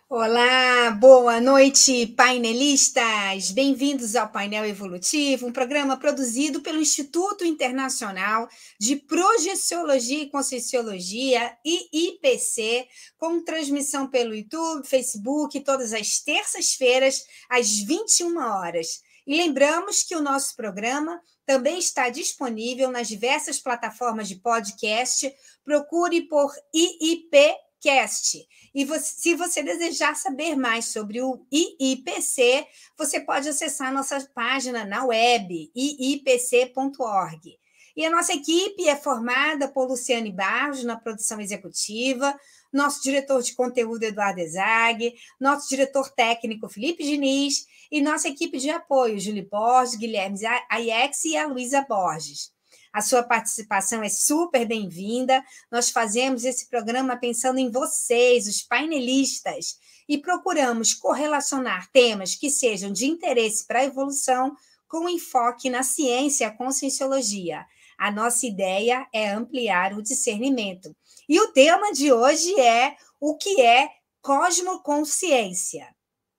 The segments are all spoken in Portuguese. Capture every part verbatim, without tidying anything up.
Olá, boa noite, painelistas! Bem-vindos ao Painel Evolutivo, um programa produzido pelo Instituto Internacional de Projeciologia e Conscienciologia, I I P C, com transmissão pelo YouTube, Facebook, todas as terças-feiras, às vinte e uma horas. E lembramos que o nosso programa também está disponível nas diversas plataformas de podcast. Procure por I I P Cast. E você, se você desejar saber mais sobre o I I P C, você pode acessar a nossa página na web, i i p c ponto org. E a nossa equipe é formada por Luciane Barros, na produção executiva, nosso diretor de conteúdo, Eduardo Ezag, nosso diretor técnico, Felipe Diniz, e nossa equipe de apoio, Júlio Borges, Guilherme Aiex e a Luísa Borges. A sua participação é super bem-vinda. Nós fazemos esse programa pensando em vocês, os painelistas, e procuramos correlacionar temas que sejam de interesse para a evolução com enfoque na ciência e a conscienciologia. A nossa ideia é ampliar o discernimento. E o tema de hoje é o que é cosmoconsciência.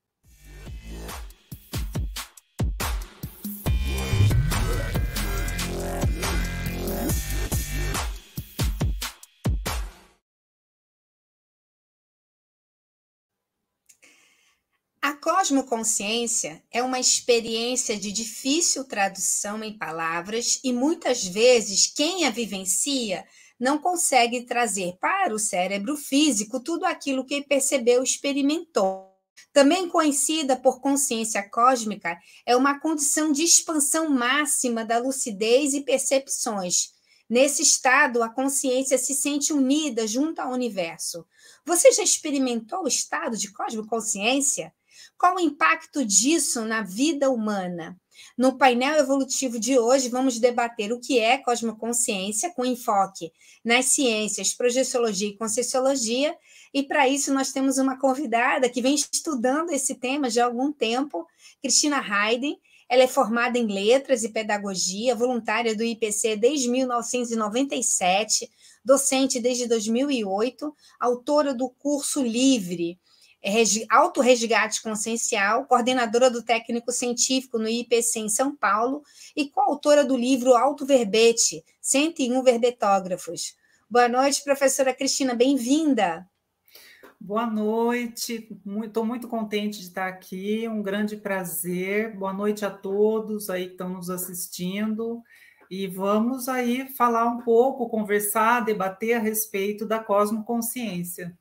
A cosmoconsciência é uma experiência de difícil tradução em palavras e muitas vezes quem a vivencia não consegue trazer para o cérebro físico tudo aquilo que percebeu e experimentou. Também conhecida por consciência cósmica, é uma condição de expansão máxima da lucidez e percepções. Nesse estado, a consciência se sente unida junto ao universo. Você já experimentou o estado de cosmoconsciência? Qual o impacto disso na vida humana? No painel evolutivo de hoje, vamos debater o que é cosmoconsciência, com enfoque nas ciências, projeciologia e conscienciologia, e para isso nós temos uma convidada que vem estudando esse tema já há algum tempo, Cristina Hayden. Ela é formada em Letras e Pedagogia, voluntária do I P C desde mil novecentos e noventa e sete, docente desde dois mil e oito, autora do curso Livre, Autorresgate Consciencial, coordenadora do técnico científico no I P C em São Paulo e coautora do livro Autoverbete, cento e um verbetógrafos. Boa noite, professora Cristina, bem-vinda. Boa noite, estou muito contente de estar aqui, um grande prazer. Boa noite a todos aí que estão nos assistindo e vamos aí falar um pouco, conversar, debater a respeito da cosmoconsciência.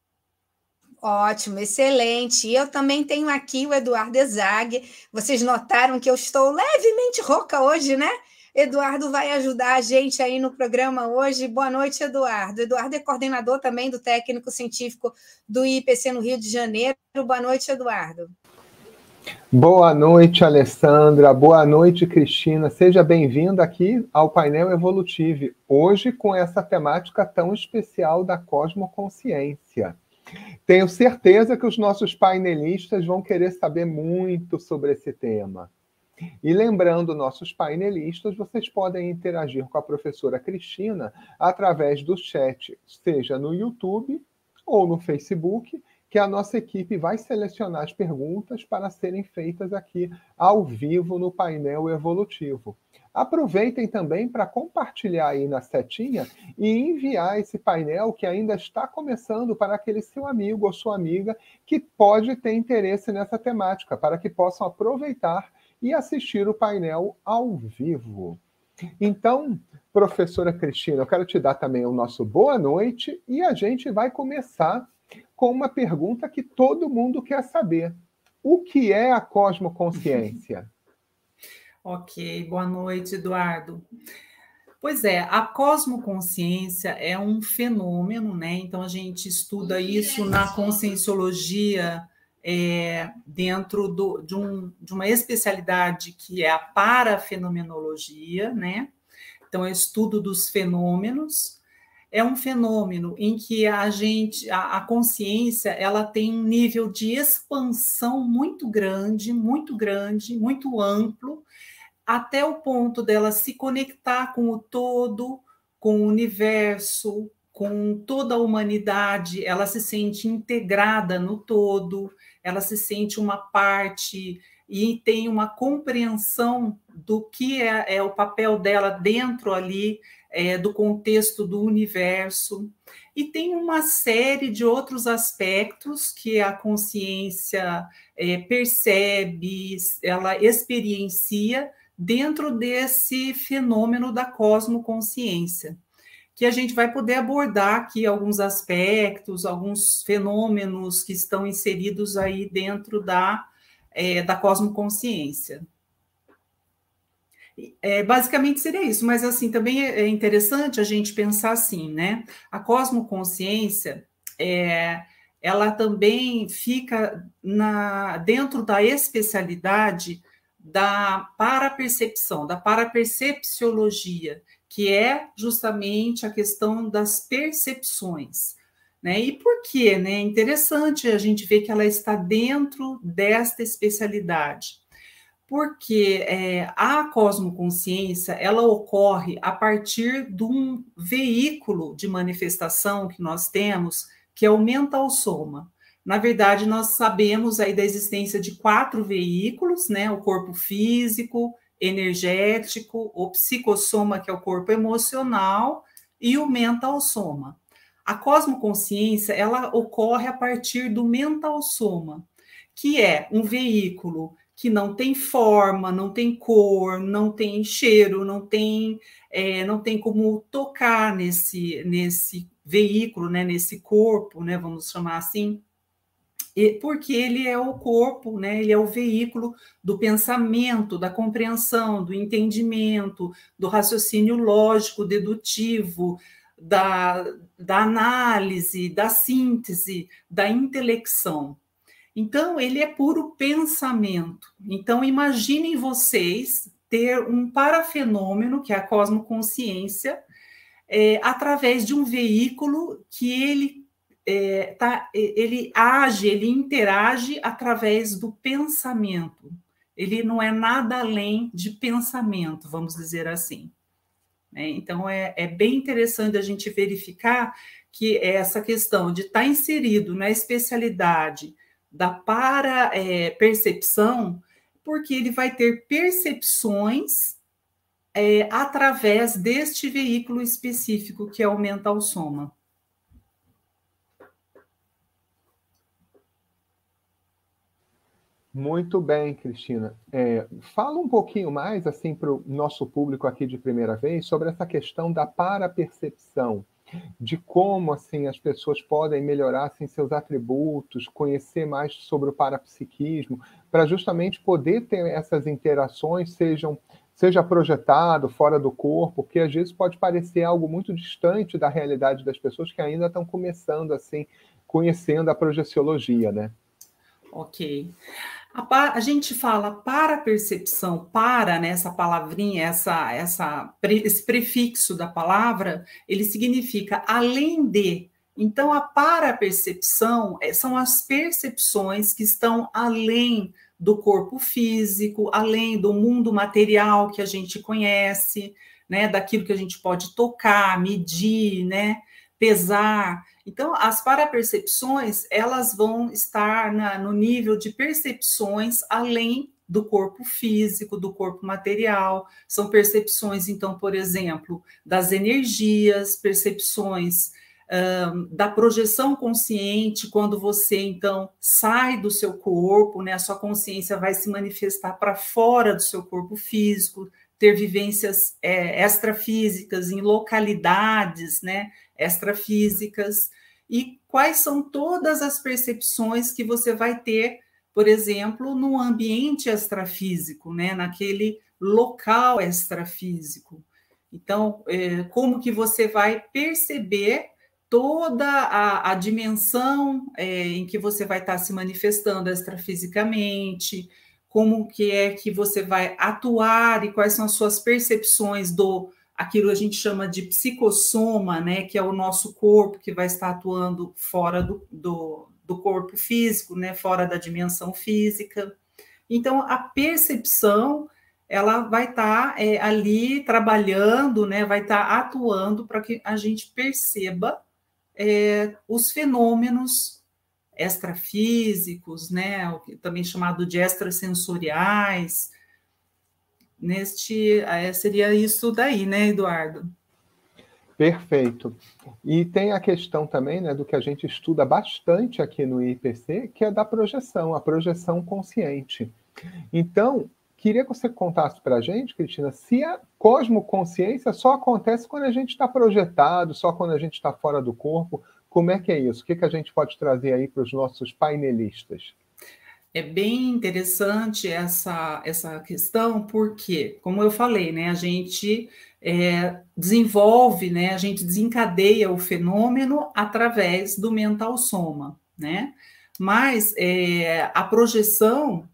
Ótimo, excelente. E eu também tenho aqui o Eduardo Ezag. Vocês notaram que eu estou levemente rouca hoje, né? Eduardo vai ajudar a gente aí no programa hoje. Boa noite, Eduardo. Eduardo é coordenador também do técnico científico do I P C no Rio de Janeiro. Boa noite, Eduardo. Boa noite, Alessandra. Boa noite, Cristina. Seja bem-vinda aqui ao Painel Evolutivo, hoje com essa temática tão especial da cosmoconsciência. Tenho certeza que os nossos painelistas vão querer saber muito sobre esse tema. E lembrando, nossos painelistas, vocês podem interagir com a professora Cristina através do chat, seja no YouTube ou no Facebook, que a nossa equipe vai selecionar as perguntas para serem feitas aqui ao vivo no painel evolutivo. Aproveitem também para compartilhar aí na setinha e enviar esse painel que ainda está começando para aquele seu amigo ou sua amiga que pode ter interesse nessa temática, para que possam aproveitar e assistir o painel ao vivo. Então, professora Cristina, eu quero te dar também o nosso boa noite e a gente vai começar com uma pergunta que todo mundo quer saber. O que é a cosmoconsciência? Ok, boa noite, Eduardo. Pois é, a cosmoconsciência é um fenômeno, né? Então, a gente estuda isso na conscienciologia, é, dentro do, de, um, de uma especialidade que é a parafenomenologia, né? Então, é o estudo dos fenômenos. É um fenômeno em que a gente, a, a consciência, ela tem um nível de expansão muito grande, muito grande, muito amplo, até o ponto dela se conectar com o todo, com o universo, com toda a humanidade, ela se sente integrada no todo, ela se sente uma parte e tem uma compreensão do que é, é o papel dela dentro ali, é, do contexto do universo. E tem uma série de outros aspectos que a consciência é, percebe, ela experiencia dentro desse fenômeno da cosmoconsciência, que a gente vai poder abordar aqui alguns aspectos, alguns fenômenos que estão inseridos aí dentro da, é, da cosmoconsciência. É, basicamente seria isso, mas assim, também é interessante a gente pensar assim, né? A cosmoconsciência, é, ela também fica na, dentro da especialidade da parapercepção, da parapercepciologia, que é justamente a questão das percepções, né? E por quê, né? É interessante a gente ver que ela está dentro desta especialidade, porque é, a cosmoconsciência, ela ocorre a partir de um veículo de manifestação que nós temos, que é o mental soma. Na verdade, nós sabemos aí da existência de quatro veículos, né? O corpo físico, energético, o psicossoma, que é o corpo emocional, e o mental soma. A cosmoconsciência, ela ocorre a partir do mental soma, que é um veículo que não tem forma, não tem cor, não tem cheiro, não tem, é, não tem como tocar nesse, nesse veículo, né, nesse corpo, né, vamos chamar assim, porque ele é o corpo, né, ele é o veículo do pensamento, da compreensão, do entendimento, do raciocínio lógico, dedutivo, da, da análise, da síntese, da intelecção. Então, ele é puro pensamento. Então, imaginem vocês ter um parafenômeno, que é a cosmoconsciência, é, através de um veículo que ele, é, tá, ele age, ele interage através do pensamento. Ele não é nada além de pensamento, vamos dizer assim. Então, é, é bem interessante a gente verificar que essa questão de estar inserido na especialidade da para-percepção, porque ele vai ter percepções é, através deste veículo específico, que é o mental soma. Muito bem, Cristina. É, fala um pouquinho mais, assim, para o nosso público aqui de primeira vez, sobre essa questão da para-percepção, de como, assim, as pessoas podem melhorar, assim, seus atributos, conhecer mais sobre o parapsiquismo, para justamente poder ter essas interações, sejam, seja projetado, fora do corpo, porque às vezes pode parecer algo muito distante da realidade das pessoas que ainda estão começando, assim, conhecendo a projeciologia, né? Ok. A, a gente fala para percepção, para, né, essa palavrinha, essa, essa, esse prefixo da palavra, ele significa além de. Então, a para-percepção são as percepções que estão além do corpo físico, além do mundo material que a gente conhece, né, daquilo que a gente pode tocar, medir, né, pesar. Então, as parapercepções, elas vão estar na, no nível de percepções além do corpo físico, do corpo material. São percepções, então, por exemplo, das energias, percepções um, da projeção consciente, quando você, então, sai do seu corpo, né, a sua consciência vai se manifestar para fora do seu corpo físico, ter vivências é, extrafísicas em localidades, né, extrafísicas, e quais são todas as percepções que você vai ter, por exemplo, no ambiente extrafísico, né, naquele local extrafísico. Então, é, como que você vai perceber toda a, a dimensão é, em que você vai estar se manifestando extrafisicamente, como que é que você vai atuar e quais são as suas percepções do aquilo que a gente chama de psicossoma, né, que é o nosso corpo que vai estar atuando fora do, do, do corpo físico, né, fora da dimensão física. Então, a percepção, ela vai estar é, ali trabalhando, né, vai estar atuando para que a gente perceba é, os fenômenos extrafísicos, né, também chamado de extrasensoriais. Neste, seria isso daí, né, Eduardo? Perfeito. E tem a questão também, né, do que a gente estuda bastante aqui no I P C, que é da projeção, a projeção consciente. Então, queria que você contasse para a gente, Cristina, se a cosmoconsciência só acontece quando a gente está projetado, só quando a gente está fora do corpo. Como é que é isso? O que, que a gente pode trazer aí para os nossos painelistas? É bem interessante essa, essa questão, porque, como eu falei, né, a gente é, desenvolve, né, a gente desencadeia o fenômeno através do mental soma, né? Mas é, a projeção...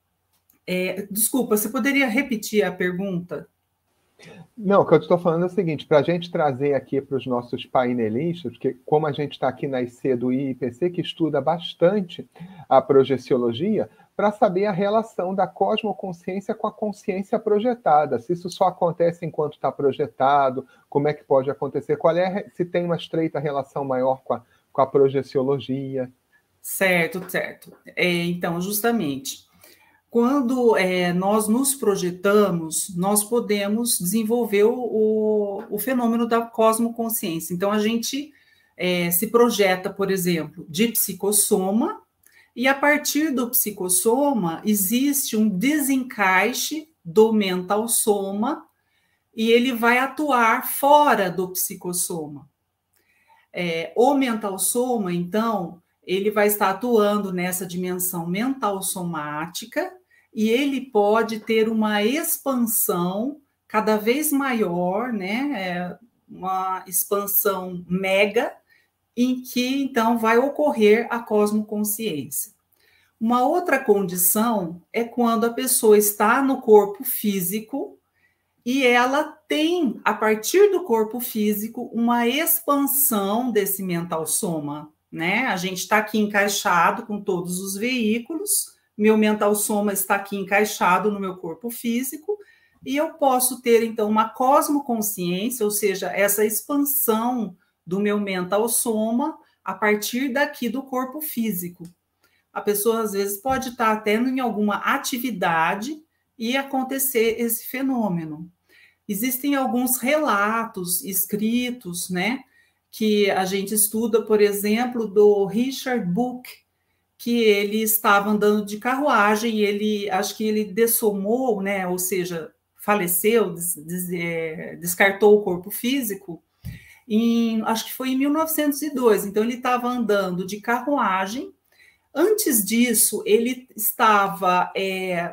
É, desculpa, você poderia repetir a pergunta? Não, o que eu estou falando é o seguinte, para a gente trazer aqui para os nossos painelistas, porque como a gente está aqui na I C do I P C, que estuda bastante a projeciologia, para saber a relação da cosmoconsciência com a consciência projetada, se isso só acontece enquanto está projetado, como é que pode acontecer, qual é, se tem uma estreita relação maior com a, com a projeciologia. Certo, certo. É, então, justamente... Quando é, nós nos projetamos, nós podemos desenvolver o, o fenômeno da cosmoconsciência. Então, a gente é, se projeta, por exemplo, de psicossoma, e a partir do psicossoma existe um desencaixe do mental soma, e ele vai atuar fora do psicossoma. É, o mental soma, então, ele vai estar atuando nessa dimensão mental somática, e ele pode ter uma expansão cada vez maior, né, uma expansão mega, em que, então, vai ocorrer a cosmoconsciência. Uma outra condição é quando a pessoa está no corpo físico e ela tem, a partir do corpo físico, uma expansão desse mental soma, né? A gente está aqui encaixado com todos os veículos, meu mental soma está aqui encaixado no meu corpo físico, e eu posso ter, então, uma cosmoconsciência, ou seja, essa expansão do meu mental soma a partir daqui do corpo físico. A pessoa, às vezes, pode estar até em alguma atividade e acontecer esse fenômeno. Existem alguns relatos escritos, né, que a gente estuda, por exemplo, do Richard Book, que ele estava andando de carruagem e ele, acho que ele dessomou, né, ou seja, faleceu, des, des, é, descartou o corpo físico, em, acho que foi em mil novecentos e dois, então ele estava andando de carruagem. Antes disso, ele estava é,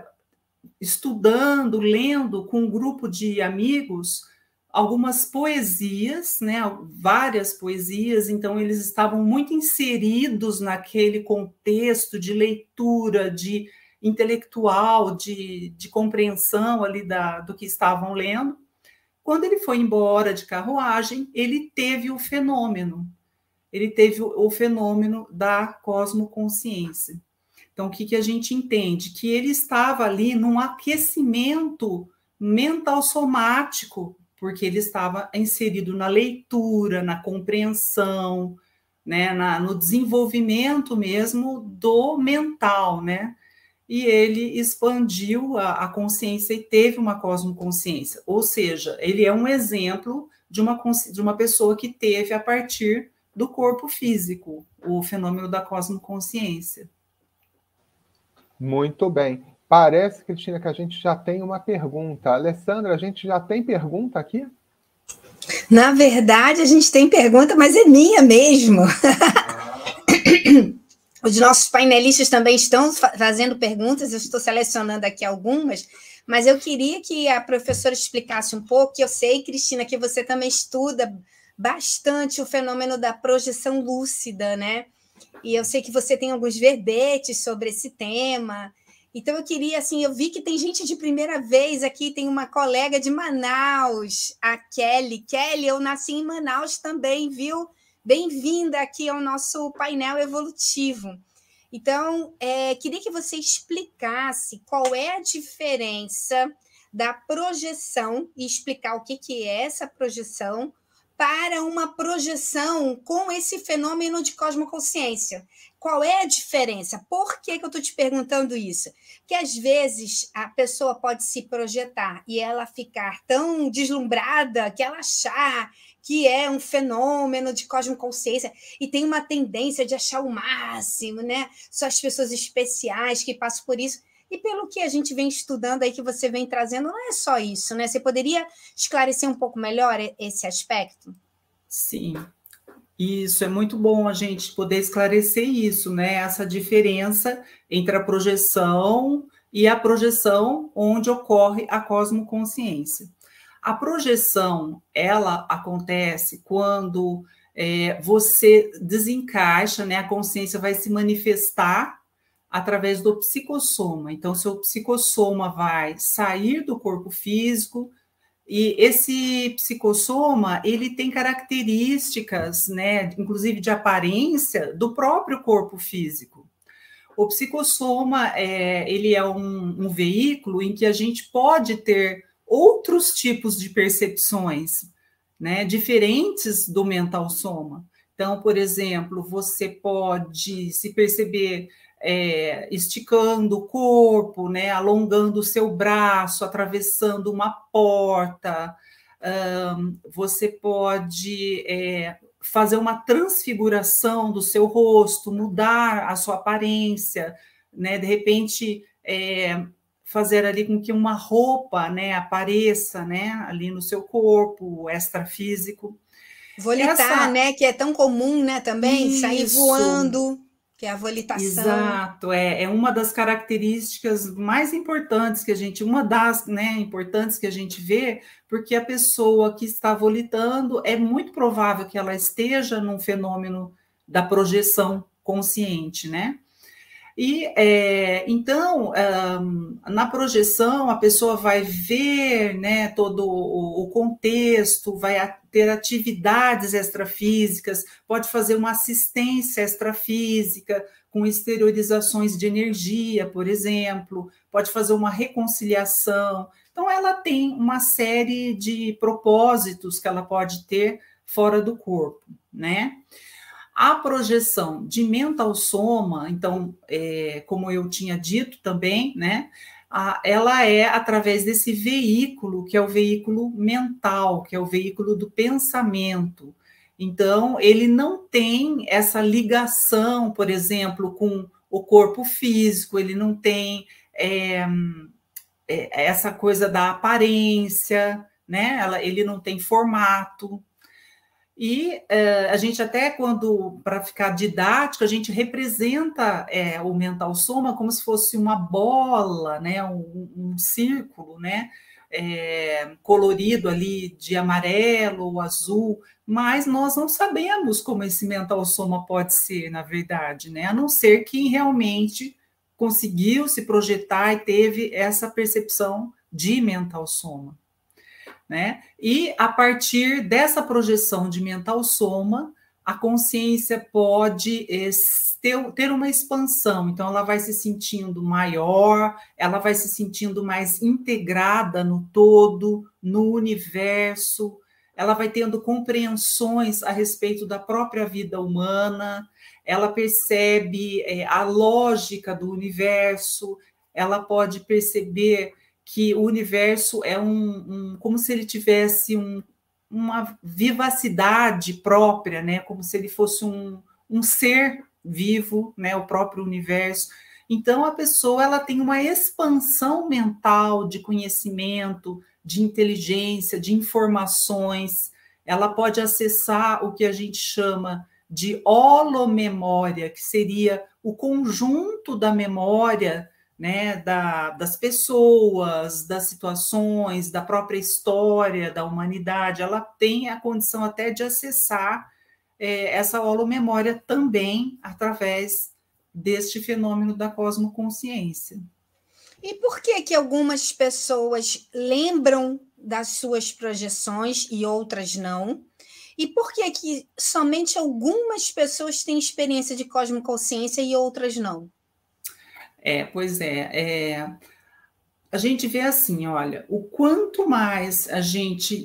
estudando, lendo com um grupo de amigos algumas poesias, né, várias poesias, então eles estavam muito inseridos naquele contexto de leitura, de intelectual, de, de compreensão ali da, do que estavam lendo. Quando ele foi embora de carruagem, ele teve o fenômeno, ele teve o, o fenômeno da cosmoconsciência. Então, o que, que a gente entende? Que ele estava ali num aquecimento mental somático, porque ele estava inserido na leitura, na compreensão, né, na, no desenvolvimento mesmo do mental, né? E ele expandiu a, a consciência e teve uma cosmoconsciência. Ou seja, ele é um exemplo de uma, de uma pessoa que teve a partir do corpo físico o fenômeno da cosmoconsciência. Muito bem. Parece, Cristina, que a gente já tem uma pergunta. Alessandra, a gente já tem pergunta aqui? Na verdade, a gente tem pergunta, mas é minha mesmo. Os nossos painelistas também estão fazendo perguntas, eu estou selecionando aqui algumas, mas eu queria que a professora explicasse um pouco, que eu sei, Cristina, que você também estuda bastante o fenômeno da projeção lúcida, né? E eu sei que você tem alguns verbetes sobre esse tema. Então, eu queria, assim, eu vi que tem gente de primeira vez aqui, tem uma colega de Manaus, a Kelly. Kelly, eu nasci em Manaus também, viu? Bem-vinda aqui ao nosso painel evolutivo. Então, é, queria que você explicasse qual é a diferença da projeção e explicar o que, que é essa projeção para uma projeção com esse fenômeno de cosmoconsciência? Qual é a diferença? Por que, que eu estou te perguntando isso? Porque, às vezes, a pessoa pode se projetar e ela ficar tão deslumbrada que ela achar que é um fenômeno de cosmoconsciência e tem uma tendência de achar o máximo, né? Só as pessoas especiais que passam por isso. E pelo que a gente vem estudando aí, que você vem trazendo, não é só isso, né? Você poderia esclarecer um pouco melhor esse aspecto? Sim, isso é muito bom a gente poder esclarecer isso, né? Essa diferença entre a projeção e a projeção onde ocorre a cosmoconsciência. A projeção, ela acontece quando é, você desencaixa, né? A consciência vai se manifestar através do psicossoma. Então, seu psicossoma vai sair do corpo físico e esse psicossoma, ele tem características, né, inclusive de aparência, do próprio corpo físico. O psicossoma, é, ele é um, um veículo em que a gente pode ter outros tipos de percepções, né, diferentes do mental soma. Então, por exemplo, você pode se perceber é, esticando o corpo, né, alongando o seu braço, atravessando uma porta. Um, você pode é, fazer uma transfiguração do seu rosto, mudar a sua aparência, né, de repente é, fazer ali com que uma roupa, né, apareça, né, ali no seu corpo extrafísico. Volitar, Essa... né, que é tão comum, né, também, Isso. Sair voando, que é a volitação. Exato, é, é uma das características mais importantes que a gente, uma das, né, importantes que a gente vê, porque a pessoa que está volitando, é muito provável que ela esteja num fenômeno da projeção consciente, né? E, é, então, um, na projeção, a pessoa vai ver, né, todo o, o contexto, vai a, ter atividades extrafísicas, pode fazer uma assistência extrafísica com exteriorizações de energia, por exemplo, pode fazer uma reconciliação. Então, ela tem uma série de propósitos que ela pode ter fora do corpo, né? A projeção de mental soma, então, é, como eu tinha dito também, né, a, ela é através desse veículo, que é o veículo mental, que é o veículo do pensamento. Então, ele não tem essa ligação, por exemplo, com o corpo físico, ele não tem é, é, essa coisa da aparência, né, ela, ele não tem formato. E é, a gente até quando, para ficar didático, a gente representa é, o mental soma como se fosse uma bola, né, um, um círculo, né, é, colorido ali de amarelo ou azul, mas nós não sabemos como esse mental soma pode ser, na verdade, né, a não ser quem realmente conseguiu se projetar e teve essa percepção de mental soma. Né? E a partir dessa projeção de mental soma, a consciência pode ter, ter uma expansão, então ela vai se sentindo maior, ela vai se sentindo mais integrada no todo, no universo, ela vai tendo compreensões a respeito da própria vida humana, ela percebe é, a lógica do universo, ela pode perceber que o universo é um, um como se ele tivesse um, uma vivacidade própria, né? Como se ele fosse um, um ser vivo, né? O próprio universo. Então, a pessoa ela tem uma expansão mental de conhecimento, de inteligência, de informações. Ela pode acessar o que a gente chama de holomemória, que seria o conjunto da memória, né, da, das pessoas, das situações, da própria história da humanidade. Ela tem a condição até de acessar é, essa holomemória também através deste fenômeno da cosmoconsciência. E por que que algumas pessoas lembram das suas projeções e outras não? E por que que somente algumas pessoas têm experiência de cosmoconsciência e outras não? É, pois é, é, a gente vê assim, olha, o quanto mais a gente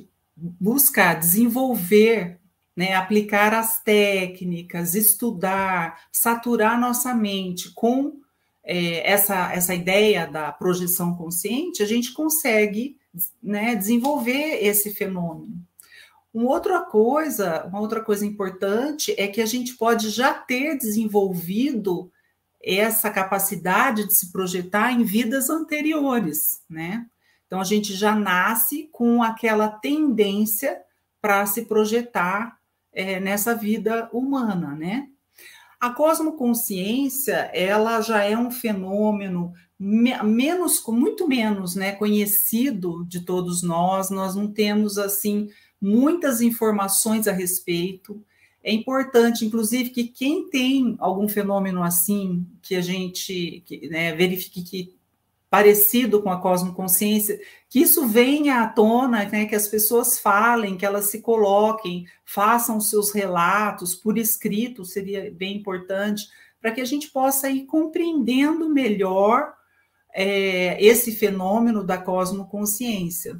buscar desenvolver, né, aplicar as técnicas, estudar, saturar nossa mente com é, essa, essa ideia da projeção consciente, a gente consegue, né, desenvolver esse fenômeno. Uma outra coisa, uma outra coisa importante é que a gente pode já ter desenvolvido essa capacidade de se projetar em vidas anteriores, né? Então, a gente já nasce com aquela tendência para se projetar é, nessa vida humana, né? A cosmoconsciência, ela já é um fenômeno me menos, muito menos, né, conhecido de todos nós, nós não temos, assim, muitas informações a respeito. É importante, inclusive, que quem tem algum fenômeno assim, que a gente que, né, verifique que parecido com a cosmoconsciência, que isso venha à tona, né, que as pessoas falem, que elas se coloquem, façam seus relatos por escrito, seria bem importante, para que a gente possa ir compreendendo melhor é, esse fenômeno da cosmoconsciência.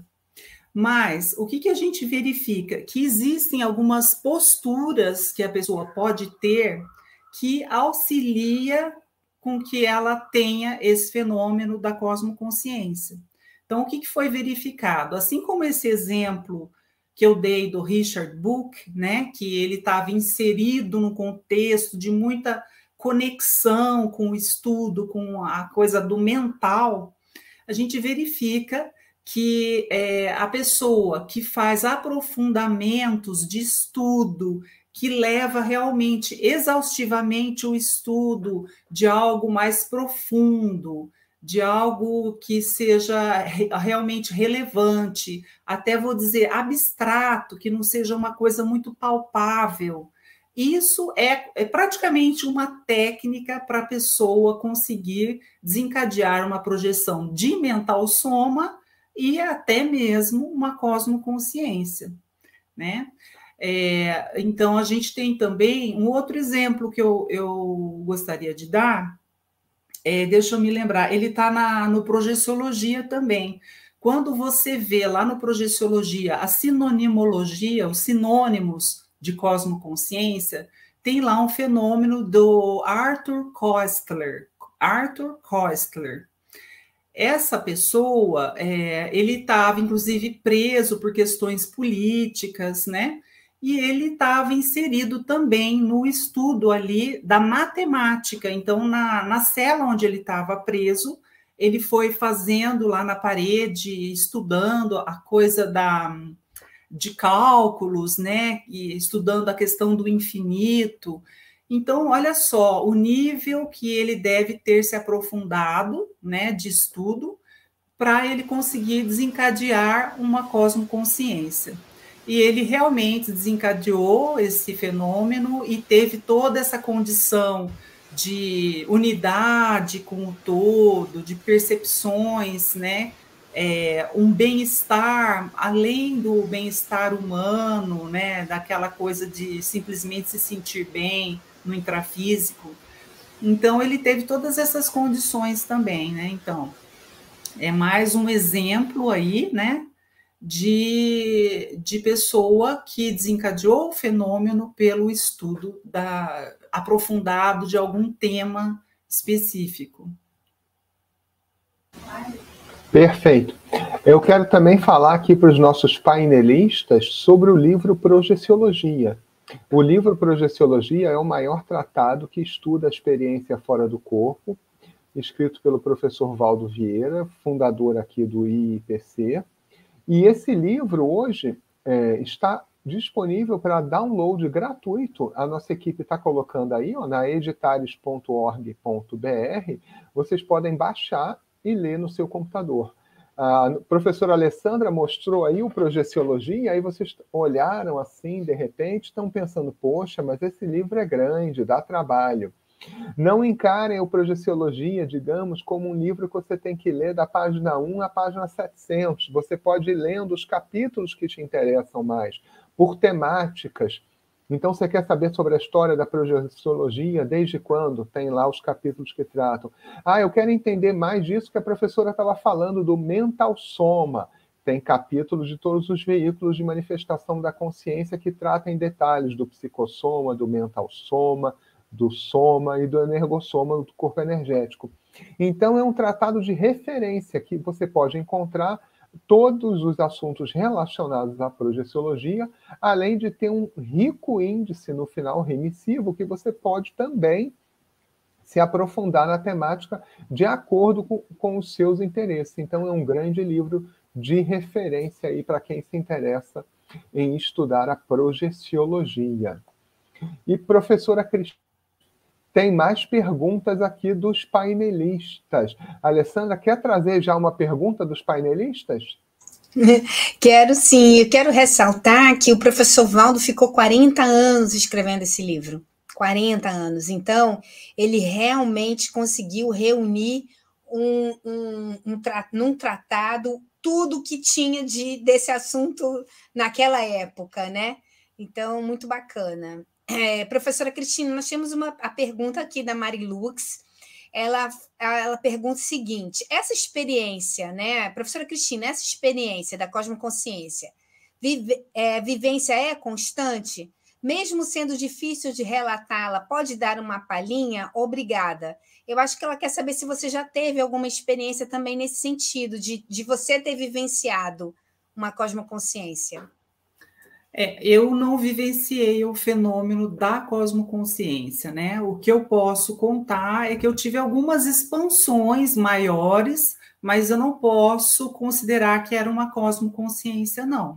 Mas o que, que a gente verifica? Que existem algumas posturas que a pessoa pode ter que auxilia com que ela tenha esse fenômeno da cosmoconsciência. Então, o que, que foi verificado? Assim como esse exemplo que eu dei do Richard Buck, né, que ele estava inserido no contexto de muita conexão com o estudo, com a coisa do mental, a gente verifica que é, a pessoa que faz aprofundamentos de estudo, que leva realmente, exaustivamente o estudo de algo mais profundo, de algo que seja realmente relevante, até vou dizer abstrato, que não seja uma coisa muito palpável. Isso é, é praticamente uma técnica para a pessoa conseguir desencadear uma projeção de mental soma e até mesmo uma cosmoconsciência, né? É, então, a gente tem também um outro exemplo que eu, eu gostaria de dar, é, deixa eu me lembrar, ele está no Projeciologia também. Quando você vê lá no Projeciologia a sinonimologia, os sinônimos de cosmoconsciência, tem lá um fenômeno do Arthur Koestler. Arthur Koestler. Essa pessoa, é, ele estava, inclusive, preso por questões políticas, né? E ele estava inserido também no estudo ali da matemática. Então, na, na cela onde ele estava preso, ele foi fazendo lá na parede, estudando a coisa da, de cálculos, né? E estudando a questão do infinito. Então, olha só, o nível que ele deve ter se aprofundado, né, de estudo, para ele conseguir desencadear uma cosmoconsciência. E ele realmente desencadeou esse fenômeno e teve toda essa condição de unidade com o todo, de percepções, né? É, um bem-estar, além do bem-estar humano, né? Daquela coisa de simplesmente se sentir bem no intrafísico. Então, ele teve todas essas condições também, né? Então, é mais um exemplo aí, né? De, de pessoa que desencadeou o fenômeno pelo estudo da, aprofundado de algum tema específico. Perfeito. Eu quero também falar aqui para os nossos painelistas sobre o livro Projeciologia. O livro Projeciologia é o maior tratado que estuda a experiência fora do corpo, escrito pelo professor Valdo Vieira, fundador aqui do I I P C. E esse livro hoje é, está disponível para download gratuito. A nossa equipe está colocando aí, ó, na editares ponto org ponto br. Vocês podem baixar e ler no seu computador. A professora Alessandra mostrou aí o Projeciologia, e aí vocês olharam assim, de repente, estão pensando, poxa, mas esse livro é grande, dá trabalho. Não encarem o Projeciologia, digamos, como um livro que você tem que ler da página um à página setecentos. Você pode ir lendo os capítulos que te interessam mais, por temáticas. Então, você quer saber sobre a história da Projeciologia, desde quando? Tem lá os capítulos que tratam. Ah, eu quero entender mais disso que a professora estava falando, do mental soma. tem capítulos de todos os veículos de manifestação da consciência que tratam em detalhes do psicossoma, do mental soma, do soma e do energossoma, do corpo energético. Então, é um tratado de referência que você pode encontrar todos os assuntos relacionados à projeciologia, além de ter um rico índice no final remissivo, que você pode também se aprofundar na temática de acordo com, com os seus interesses. Então, é um grande livro de referência aí para quem se interessa em estudar a projeciologia. E, professora Cristina, tem mais perguntas aqui dos painelistas. Alessandra, quer trazer já uma pergunta dos painelistas? Quero sim. Eu quero ressaltar que o professor Valdo ficou quarenta anos escrevendo esse livro. quarenta anos. Então, ele realmente conseguiu reunir um, um, um tra- num tratado tudo que tinha de, desse assunto naquela época, né? Então, muito bacana. É, professora Cristina, nós temos uma a pergunta aqui da Marilux. Ela, ela pergunta o seguinte: essa experiência, né, professora Cristina, essa experiência da cosmoconsciência, vive, é, vivência é constante? Mesmo sendo difícil de relatá-la, pode dar uma palhinha? Obrigada. Eu acho que ela quer saber se você já teve alguma experiência também nesse sentido, de, de você ter vivenciado uma cosmoconsciência. É, eu não vivenciei o fenômeno da cosmoconsciência, né? O que eu posso contar é que eu tive algumas expansões maiores, mas eu não posso considerar que era uma cosmoconsciência, não.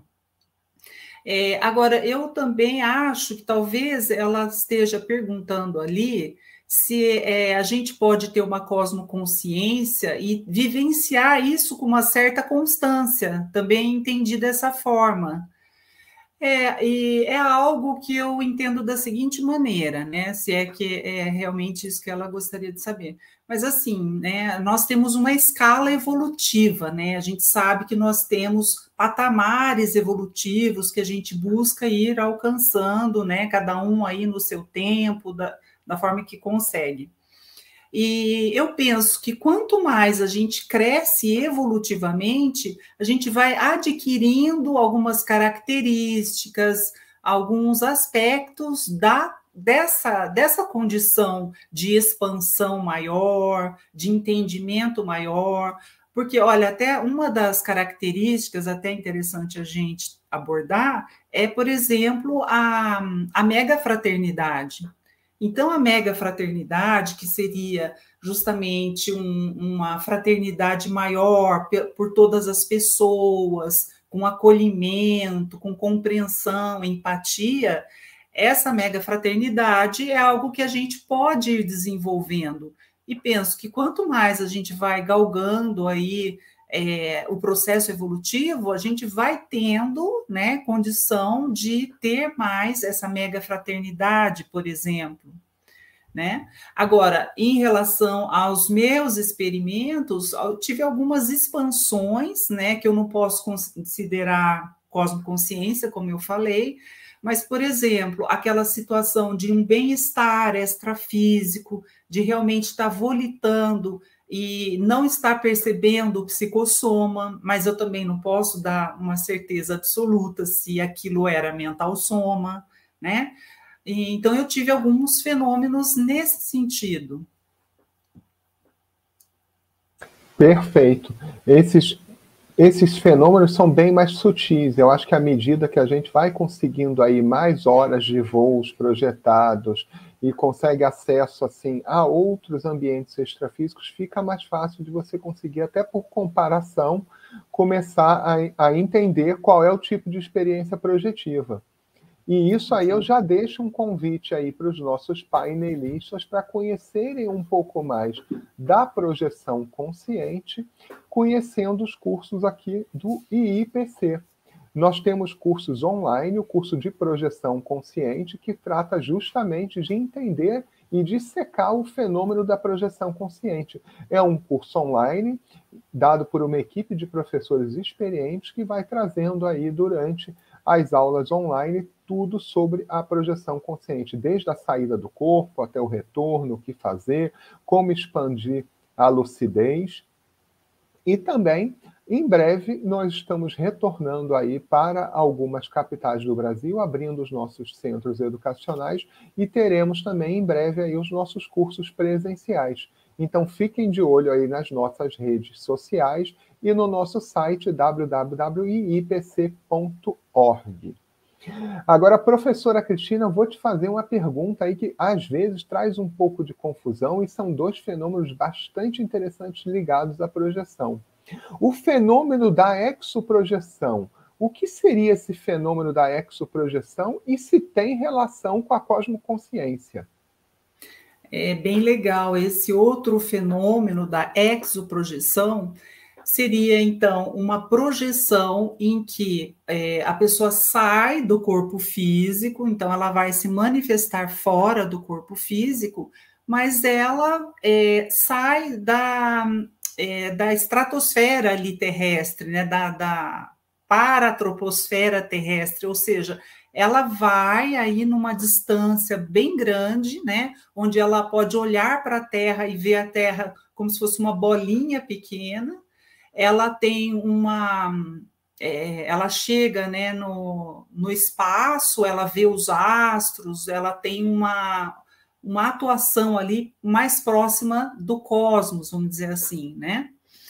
É, agora, eu também acho que talvez ela esteja perguntando ali se é, a gente pode ter uma cosmoconsciência e vivenciar isso com uma certa constância, também entendi dessa forma. É, e é algo que eu entendo da seguinte maneira, né? Se é que é realmente isso que ela gostaria de saber. Mas assim, né? Nós temos uma escala evolutiva, né? A gente sabe que nós temos patamares evolutivos que a gente busca ir alcançando, né? Cada um aí no seu tempo, da, da forma que consegue. E eu penso que quanto mais a gente cresce evolutivamente, a gente vai adquirindo algumas características, alguns aspectos da, dessa, dessa condição de expansão maior, de entendimento maior. Porque, olha, até uma das características, até interessante a gente abordar, é, por exemplo, a, a megafraternidade. Então, a megafraternidade, que seria justamente um, uma fraternidade maior por todas as pessoas, com acolhimento, com compreensão, empatia, essa megafraternidade é algo que a gente pode ir desenvolvendo. E penso que quanto mais a gente vai galgando aí É, o processo evolutivo, a gente vai tendo, né, condição de ter mais essa mega fraternidade, por exemplo, né? Agora, em relação aos meus experimentos, eu tive algumas expansões, né, que eu não posso considerar cosmoconsciência, como eu falei, mas, por exemplo, aquela situação de um bem-estar extrafísico, de realmente estar volitando e não estar percebendo o psicossoma, mas eu também não posso dar uma certeza absoluta se aquilo era mental soma, né? E, então, eu tive alguns fenômenos nesse sentido. Perfeito. Esses, esses fenômenos são bem mais sutis. Eu acho que à medida que a gente vai conseguindo aí mais horas de voos projetados e consegue acesso assim a outros ambientes extrafísicos, fica mais fácil de você conseguir, até por comparação, começar a, a entender qual é o tipo de experiência projetiva. E isso aí eu já deixo um convite aí para os nossos painelistas para conhecerem um pouco mais da projeção consciente, conhecendo os cursos aqui do I I P C. Nós temos cursos online, o curso de projeção consciente, que trata justamente de entender e dissecar o fenômeno da projeção consciente. É um curso online dado por uma equipe de professores experientes que vai trazendo aí durante as aulas online tudo sobre a projeção consciente, desde a saída do corpo até o retorno, o que fazer, como expandir a lucidez. E também Em breve, nós estamos retornando aí para algumas capitais do Brasil, abrindo os nossos centros educacionais e teremos também em breve aí os nossos cursos presenciais. Então, fiquem de olho aí nas nossas redes sociais e no nosso site w w w ponto i p c ponto org. Agora, professora Cristina, eu vou te fazer uma pergunta aí que às vezes traz um pouco de confusão e são dois fenômenos bastante interessantes ligados à projeção. O fenômeno da exoprojeção. O que seria esse fenômeno da exoprojeção e se tem relação com a cosmoconsciência? É bem legal. Esse outro fenômeno da exoprojeção seria, então, uma projeção em que é, a pessoa sai do corpo físico, então ela vai se manifestar fora do corpo físico, mas ela é, sai da... É, da estratosfera ali terrestre, né, da, da paratroposfera terrestre, ou seja, ela vai aí numa distância bem grande, né, onde ela pode olhar para a Terra e ver a Terra como se fosse uma bolinha pequena. Ela tem uma... É, ela chega, né, no, no espaço, ela vê os astros, ela tem uma... uma atuação ali mais próxima do cosmos, vamos dizer assim, né?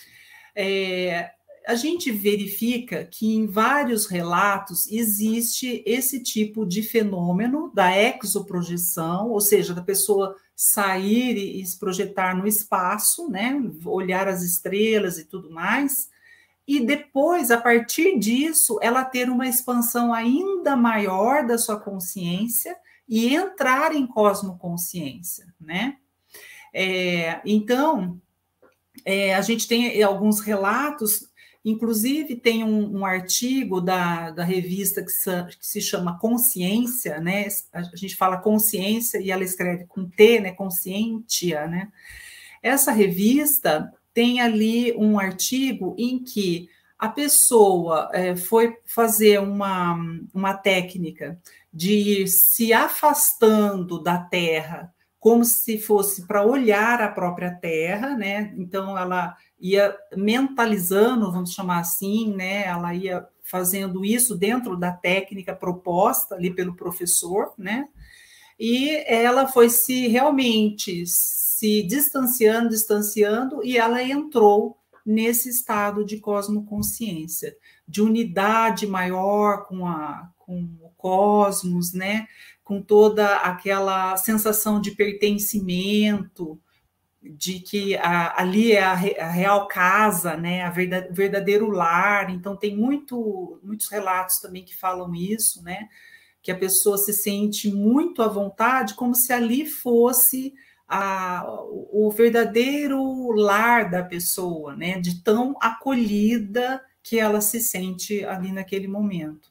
É, a gente verifica que em vários relatos existe esse tipo de fenômeno da exoprojeção, ou seja, da pessoa sair e se projetar no espaço, né? Olhar as estrelas e tudo mais, e depois, a partir disso, ela ter uma expansão ainda maior da sua consciência e entrar em cosmoconsciência, né? É, então, é, a gente tem alguns relatos, inclusive tem um, um artigo da, da revista que se, que se chama Consciência, né? A gente fala consciência e ela escreve com T, né? Conscientia, né? Essa revista tem ali um artigo em que a pessoa é, foi fazer uma, uma técnica de ir se afastando da Terra, como se fosse para olhar a própria Terra, né? Então, ela ia mentalizando, vamos chamar assim, né? Ela ia fazendo isso dentro da técnica proposta ali pelo professor, né? E ela foi se realmente se distanciando, distanciando, e ela entrou nesse estado de cosmoconsciência, de unidade maior com, a, com o cosmos, né? Com toda aquela sensação de pertencimento, de que a, ali é a, a real casa, né? A verdade, verdadeiro lar. Então, tem muito, muitos relatos também que falam isso, né? Que a pessoa se sente muito à vontade, como se ali fosse a, o verdadeiro lar da pessoa, né? De tão acolhida que ela se sente ali naquele momento.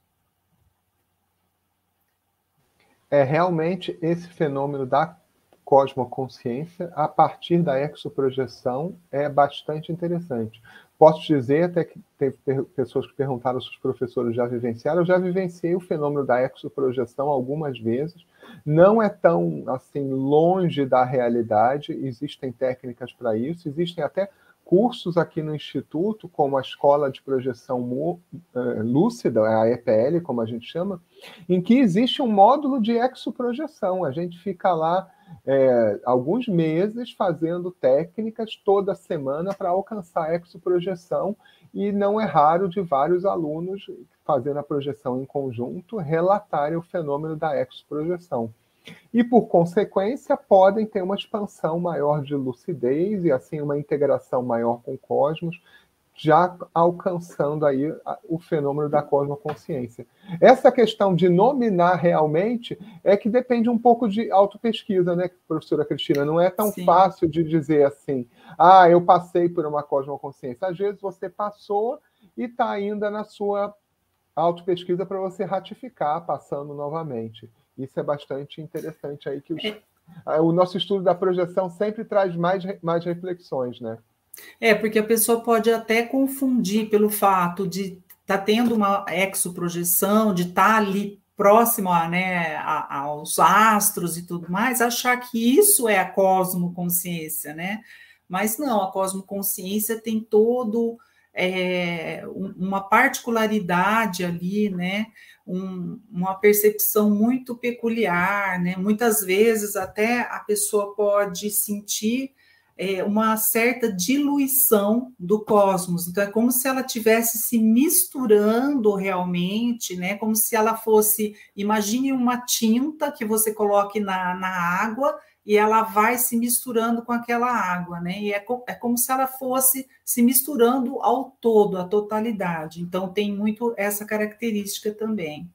É realmente esse fenômeno da cosmoconsciência, a partir da exoprojeção, é bastante interessante. Posso dizer até que teve pessoas que perguntaram se os professores já vivenciaram. Eu já vivenciei o fenômeno da exoprojeção algumas vezes. Não é tão assim longe da realidade, existem técnicas para isso, existem até cursos aqui no Instituto, como a Escola de Projeção Lúcida, a E P L, como a gente chama, em que existe um módulo de exoprojeção. A gente fica lá é, alguns meses fazendo técnicas toda semana para alcançar a exoprojeção, e não é raro de vários alunos fazendo a projeção em conjunto relatarem o fenômeno da exoprojeção. E, por consequência, podem ter uma expansão maior de lucidez e, assim, uma integração maior com o cosmos, já alcançando aí o fenômeno da cosmoconsciência. Essa questão de nominar realmente é que depende um pouco de autopesquisa, né, professora Cristina? Não é tão Sim. fácil de dizer assim, ah, eu passei por uma cosmoconsciência. Às vezes você passou e está ainda na sua autopesquisa para você ratificar, passando novamente. Isso é bastante interessante aí, que os, é. o nosso estudo da projeção sempre traz mais, mais reflexões, né? É, porque a pessoa pode até confundir pelo fato de estar tá tendo uma exoprojeção, de estar tá ali próximo a, né, a, aos astros e tudo mais, achar que isso é a cosmoconsciência, né? Mas não, a cosmoconsciência tem todo é, uma particularidade ali, né? Um, uma percepção muito peculiar, né? Muitas vezes até a pessoa pode sentir é, uma certa diluição do cosmos. Então é como se ela estivesse se misturando realmente, né? Como se ela fosse, imagine uma tinta que você coloque na, na água e ela vai se misturando com aquela água, né? E é, co- é como se ela fosse se misturando ao todo, à totalidade. Então, tem muito essa característica também.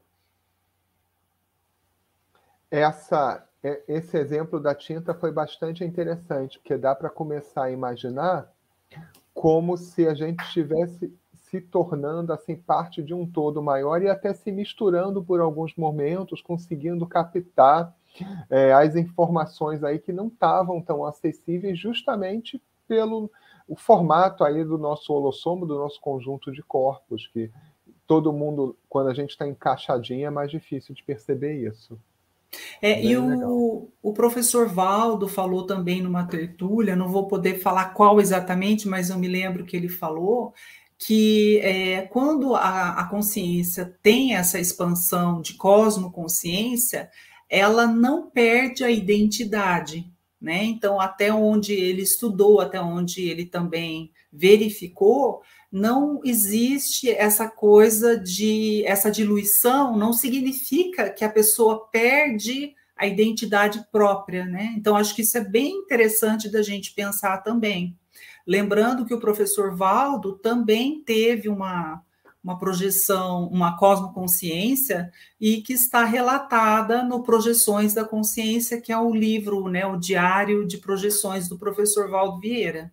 Essa, é- esse exemplo da tinta foi bastante interessante, porque dá para começar a imaginar como se a gente estivesse se tornando assim parte de um todo maior e até se misturando por alguns momentos, conseguindo captar é, as informações aí que não estavam tão acessíveis justamente pelo o formato aí do nosso holossomo, do nosso conjunto de corpos, que todo mundo, quando a gente está encaixadinho, é mais difícil de perceber isso. É, e Bem legal. o, o professor Valdo falou também numa tertúlia, não vou poder falar qual exatamente, mas eu me lembro que ele falou que é, quando a, a consciência tem essa expansão de cosmoconsciência, ela não perde a identidade, né? Então, até onde ele estudou, até onde ele também verificou, não existe essa coisa de essa diluição, não significa que a pessoa perde a identidade própria, né? Então, acho que isso é bem interessante da gente pensar também. Lembrando que o professor Valdo também teve uma, uma projeção, uma cosmoconsciência, e que está relatada no Projeções da Consciência, que é o livro, né, o diário de projeções do professor Valdo Vieira.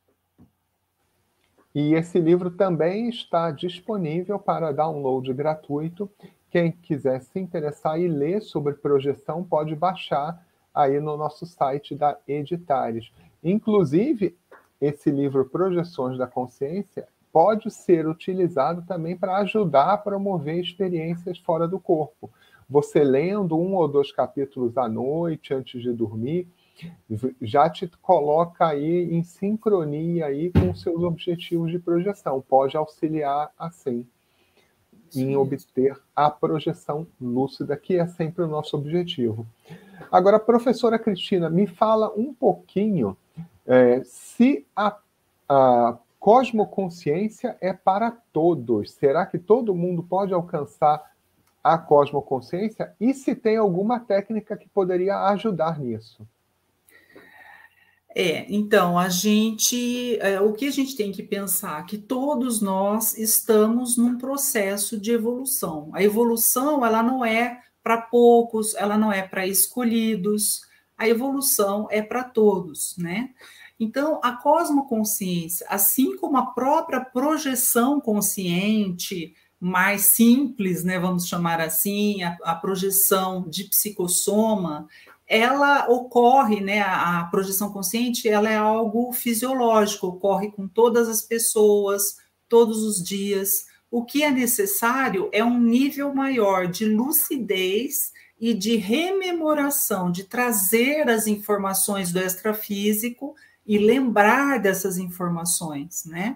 E esse livro também está disponível para download gratuito. Quem quiser se interessar e ler sobre projeção pode baixar aí no nosso site da Editares. Inclusive, esse livro Projeções da Consciência pode ser utilizado também para ajudar a promover experiências fora do corpo. Você lendo um ou dois capítulos à noite, antes de dormir, já te coloca aí em sincronia aí com seus objetivos de projeção. Pode auxiliar, assim, em obter a projeção lúcida, que é sempre o nosso objetivo. Agora, professora Cristina, me fala um pouquinho é, se a, a cosmoconsciência é para todos. Será que todo mundo pode alcançar a cosmoconsciência? E se tem alguma técnica que poderia ajudar nisso? É, então, a gente, é, o que a gente tem que pensar? Que todos nós estamos num processo de evolução. A evolução, ela não é para poucos, ela não é para escolhidos, a evolução é para todos, né? Então, a cosmoconsciência, assim como a própria projeção consciente, mais simples, né, vamos chamar assim, a, a projeção de psicossoma, ela ocorre, né, a, a projeção consciente, ela é algo fisiológico, ocorre com todas as pessoas, todos os dias. O que é necessário é um nível maior de lucidez e de rememoração, de trazer as informações do extrafísico e lembrar dessas informações, né?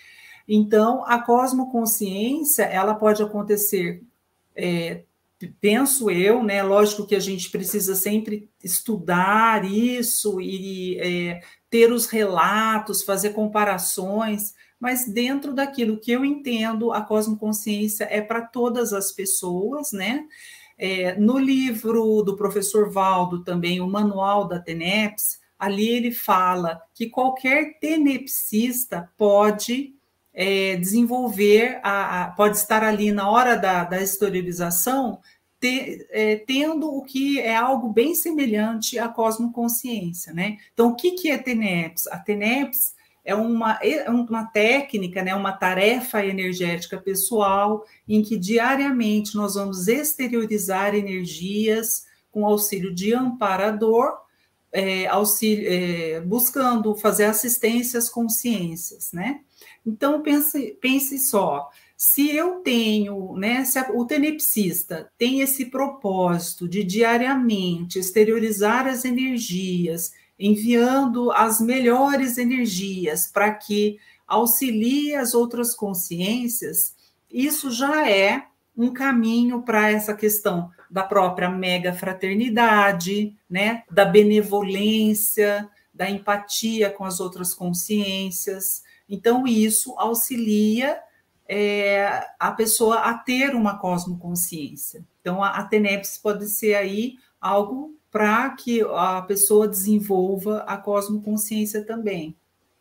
Então, a cosmoconsciência, ela pode acontecer, é, penso eu, né? Lógico que a gente precisa sempre estudar isso e é, ter os relatos, fazer comparações, mas dentro daquilo que eu entendo, a cosmoconsciência é para todas as pessoas, né? É, no livro do professor Valdo, também, o Manual da TENEPS, ali ele fala que qualquer tenepsista pode é, desenvolver, a, a, pode estar ali na hora da, da exteriorização, te, é, tendo o que é algo bem semelhante à cosmoconsciência, né? Então, o que, que é TENEPS? A TENEPS é uma, é uma técnica, né, uma tarefa energética pessoal, em que diariamente nós vamos exteriorizar energias com auxílio de amparador, é, auxílio, é, buscando fazer assistência às consciências, né? Então, pense, pense só, se eu tenho, né, se a, o tenepsista tem esse propósito de diariamente exteriorizar as energias, enviando as melhores energias para que auxilia as outras consciências, isso já é um caminho para essa questão da própria mega fraternidade, né, da benevolência, da empatia com as outras consciências. Então, isso auxilia é, a pessoa a ter uma cosmoconsciência. Então, a, a TENEPS pode ser aí algo para que a pessoa desenvolva a cosmoconsciência também.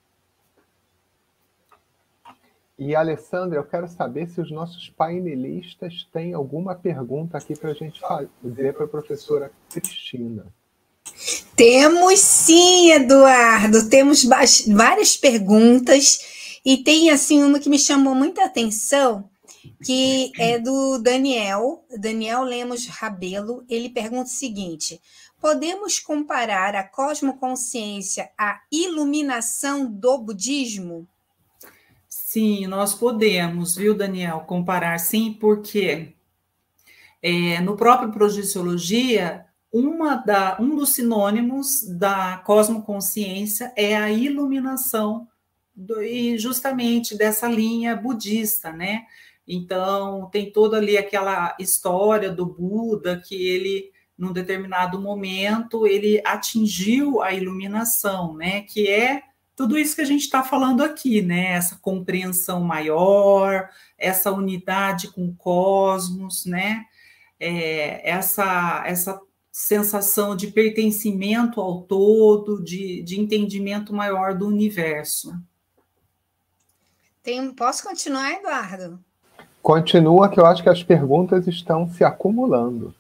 E, Alessandra, eu quero saber se os nossos painelistas têm alguma pergunta aqui para a gente fazer para a professora Cristina. Temos sim, Eduardo. Temos várias perguntas e tem assim uma que me chamou muita atenção, que é do Daniel, Daniel Lemos Rabelo. Ele pergunta o seguinte: podemos comparar a cosmoconsciência à iluminação do budismo? Sim, nós podemos, viu, Daniel, comparar sim, porque é, no próprio Projeciologia, uma da, um dos sinônimos da cosmoconsciência é a iluminação, do, e justamente dessa linha budista, né? Então, tem toda ali aquela história do Buda, que ele, num determinado momento, ele atingiu a iluminação, né? Que é tudo isso que a gente está falando aqui, né? Essa compreensão maior, essa unidade com o cosmos, né? É, essa, essa sensação de pertencimento ao todo, de, de entendimento maior do universo. Tem, posso continuar, Eduardo? Continua, que eu acho que as perguntas estão se acumulando.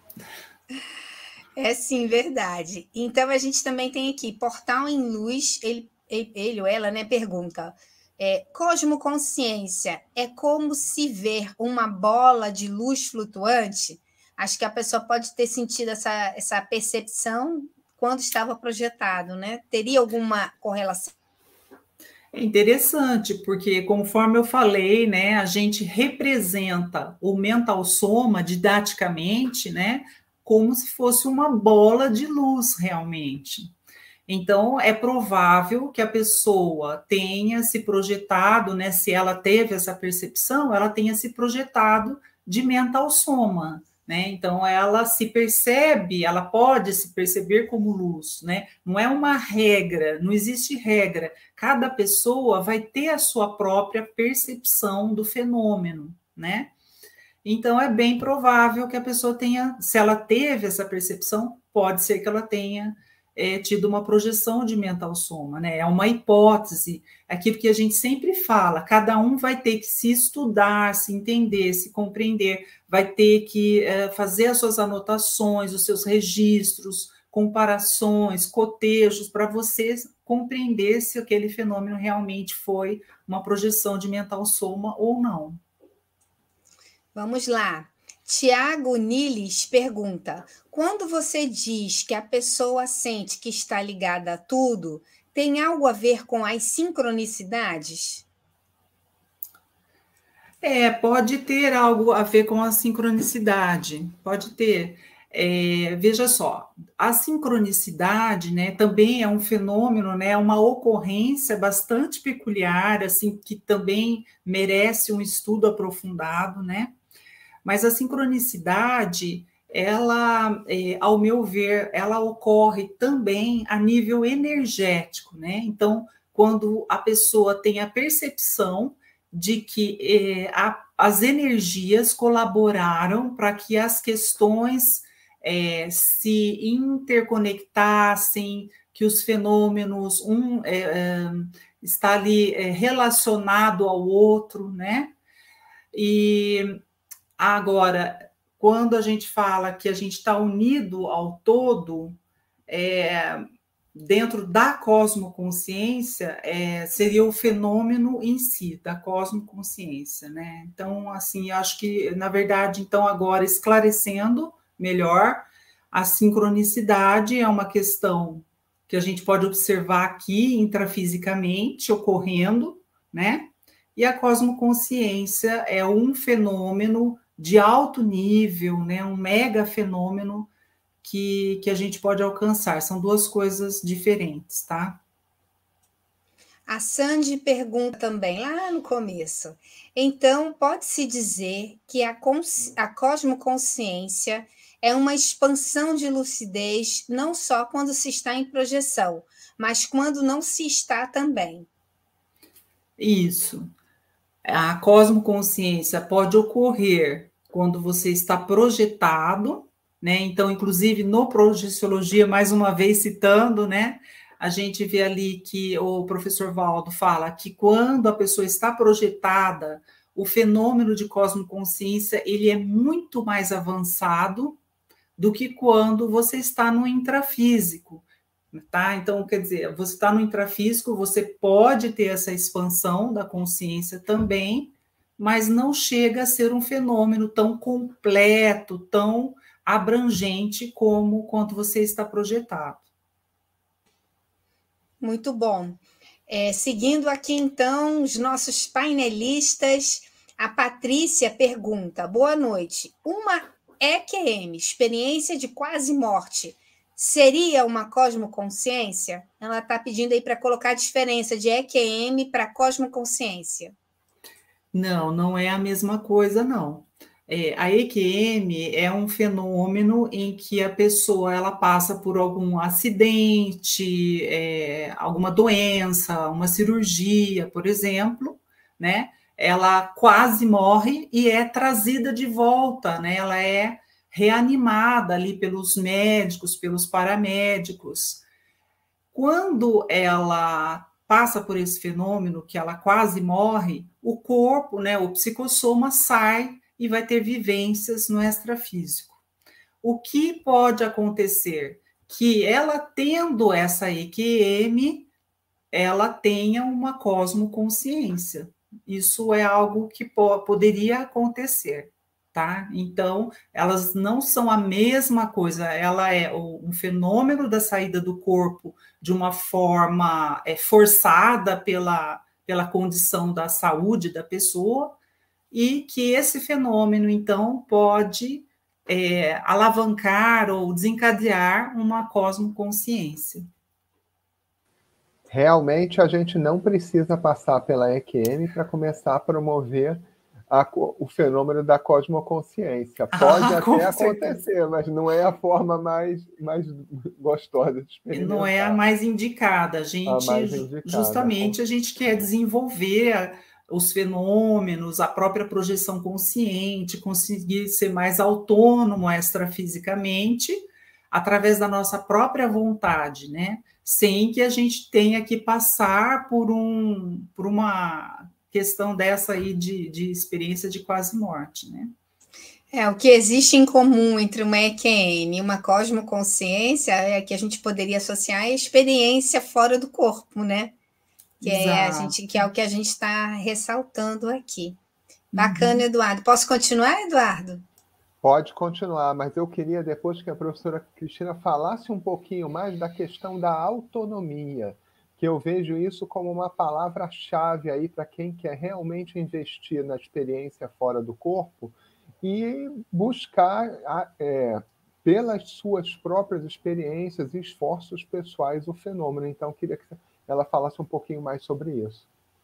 É sim, verdade. Então, a gente também tem aqui, Portal em Luz, ele, ele ou ela, né, pergunta, é, cosmoconsciência é como se ver uma bola de luz flutuante? Acho que a pessoa pode ter sentido essa, essa percepção quando estava projetado, né? Teria alguma correlação? É interessante, porque conforme eu falei, né, a gente representa o mental soma didaticamente, né, como se fosse uma bola de luz realmente. Então, é provável que a pessoa tenha se projetado, né, se ela teve essa percepção, ela tenha se projetado de mental soma, né? Então, ela se percebe, ela pode se perceber como luz, né? Não é uma regra, não existe regra. Cada pessoa vai ter a sua própria percepção do fenômeno, né? Então, é bem provável que a pessoa tenha, se ela teve essa percepção, pode ser que ela tenha é, tido uma projeção de mental soma, né? É uma hipótese, aquilo que a gente sempre fala, cada um vai ter que se estudar, se entender, se compreender, vai ter que é, fazer as suas anotações, os seus registros, comparações, cotejos, para você compreender se aquele fenômeno realmente foi uma projeção de mental soma ou não. Vamos lá. Tiago Niles pergunta: quando você diz que a pessoa sente que está ligada a tudo, tem algo a ver com as sincronicidades? É, pode ter algo a ver com a sincronicidade, pode ter. É, veja só, a sincronicidade, né, também é um fenômeno, né, uma ocorrência bastante peculiar, assim, que também merece um estudo aprofundado, né? Mas a sincronicidade, ela, é, ao meu ver, ela ocorre também a nível energético, né? Então, quando a pessoa tem a percepção de que é, a, as energias colaboraram para que as questões é, se interconectassem, que os fenômenos, um é, é, está ali é, relacionado ao outro, né? E agora, quando a gente fala que a gente está unido ao todo, é, dentro da cosmoconsciência, é, seria o fenômeno em si, da cosmoconsciência, né? Então, assim, acho que, na verdade, então, agora, esclarecendo melhor, a sincronicidade é uma questão que a gente pode observar aqui intrafisicamente ocorrendo, né? E a cosmoconsciência é um fenômeno de alto nível, né, um mega fenômeno que, que a gente pode alcançar. São duas coisas diferentes, tá? A Sandy pergunta também, lá no começo. Então, pode-se dizer que a, a cosmoconsciência é uma expansão de lucidez, não só quando se está em projeção, mas quando não se está também. Isso. A cosmoconsciência pode ocorrer quando você está projetado, né? Então, inclusive, no Projeciologia, mais uma vez citando, né? A gente vê ali que o professor Valdo fala que quando a pessoa está projetada, o fenômeno de cosmoconsciência, ele é muito mais avançado do que quando você está no intrafísico, tá? Então, quer dizer, você está no intrafísico, você pode ter essa expansão da consciência também, mas não chega a ser um fenômeno tão completo, tão abrangente como quando você está projetado. Muito bom. É, seguindo aqui, então, os nossos painelistas, a Patrícia pergunta, boa noite, uma E Q M, experiência de quase morte, seria uma cosmoconsciência? Ela está pedindo aí para colocar a diferença de E Q M para cosmoconsciência. Não, não é a mesma coisa, não. É, a E Q M é um fenômeno em que a pessoa ela passa por algum acidente, é, alguma doença, uma cirurgia, por exemplo, né? Ela quase morre e é trazida de volta, né? Ela é reanimada ali pelos médicos, pelos paramédicos. Quando ela passa por esse fenômeno, que ela quase morre, o corpo, né, o psicossoma sai e vai ter vivências no extrafísico. O que pode acontecer? Que ela tendo essa E Q M, ela tenha uma cosmoconsciência. Isso é algo que po- poderia acontecer, tá? Então, elas não são a mesma coisa, ela é um fenômeno da saída do corpo de uma forma é, forçada pela, pela condição da saúde da pessoa, e que esse fenômeno, então, pode é, alavancar ou desencadear uma cosmoconsciência. Realmente, a gente não precisa passar pela E Q M para começar a promover a, o fenômeno da cosmoconsciência. Pode Ah, até acontecer, mas não é a forma mais, mais gostosa de experimentar. Não é a mais indicada. A gente, a mais indicada. justamente, a gente quer desenvolver os fenômenos, a própria projeção consciente, conseguir ser mais autônomo extrafisicamente, através da nossa própria vontade, né? Sem que a gente tenha que passar por, um, por uma questão dessa aí de, de experiência de quase morte, né? É, o que existe em comum entre uma E Q M e uma cosmoconsciência é que a gente poderia associar a experiência fora do corpo, né? Que é, a gente, que é o que a gente está ressaltando aqui. Bacana, uhum. Eduardo. Posso continuar, Eduardo? Pode continuar, mas eu queria depois que a professora Cristina falasse um pouquinho mais da questão da autonomia, que eu vejo isso como uma palavra-chave aí para quem quer realmente investir na experiência fora do corpo e buscar, é, pelas suas próprias experiências e esforços pessoais, o fenômeno. Então, eu queria que ela falasse um pouquinho mais sobre isso.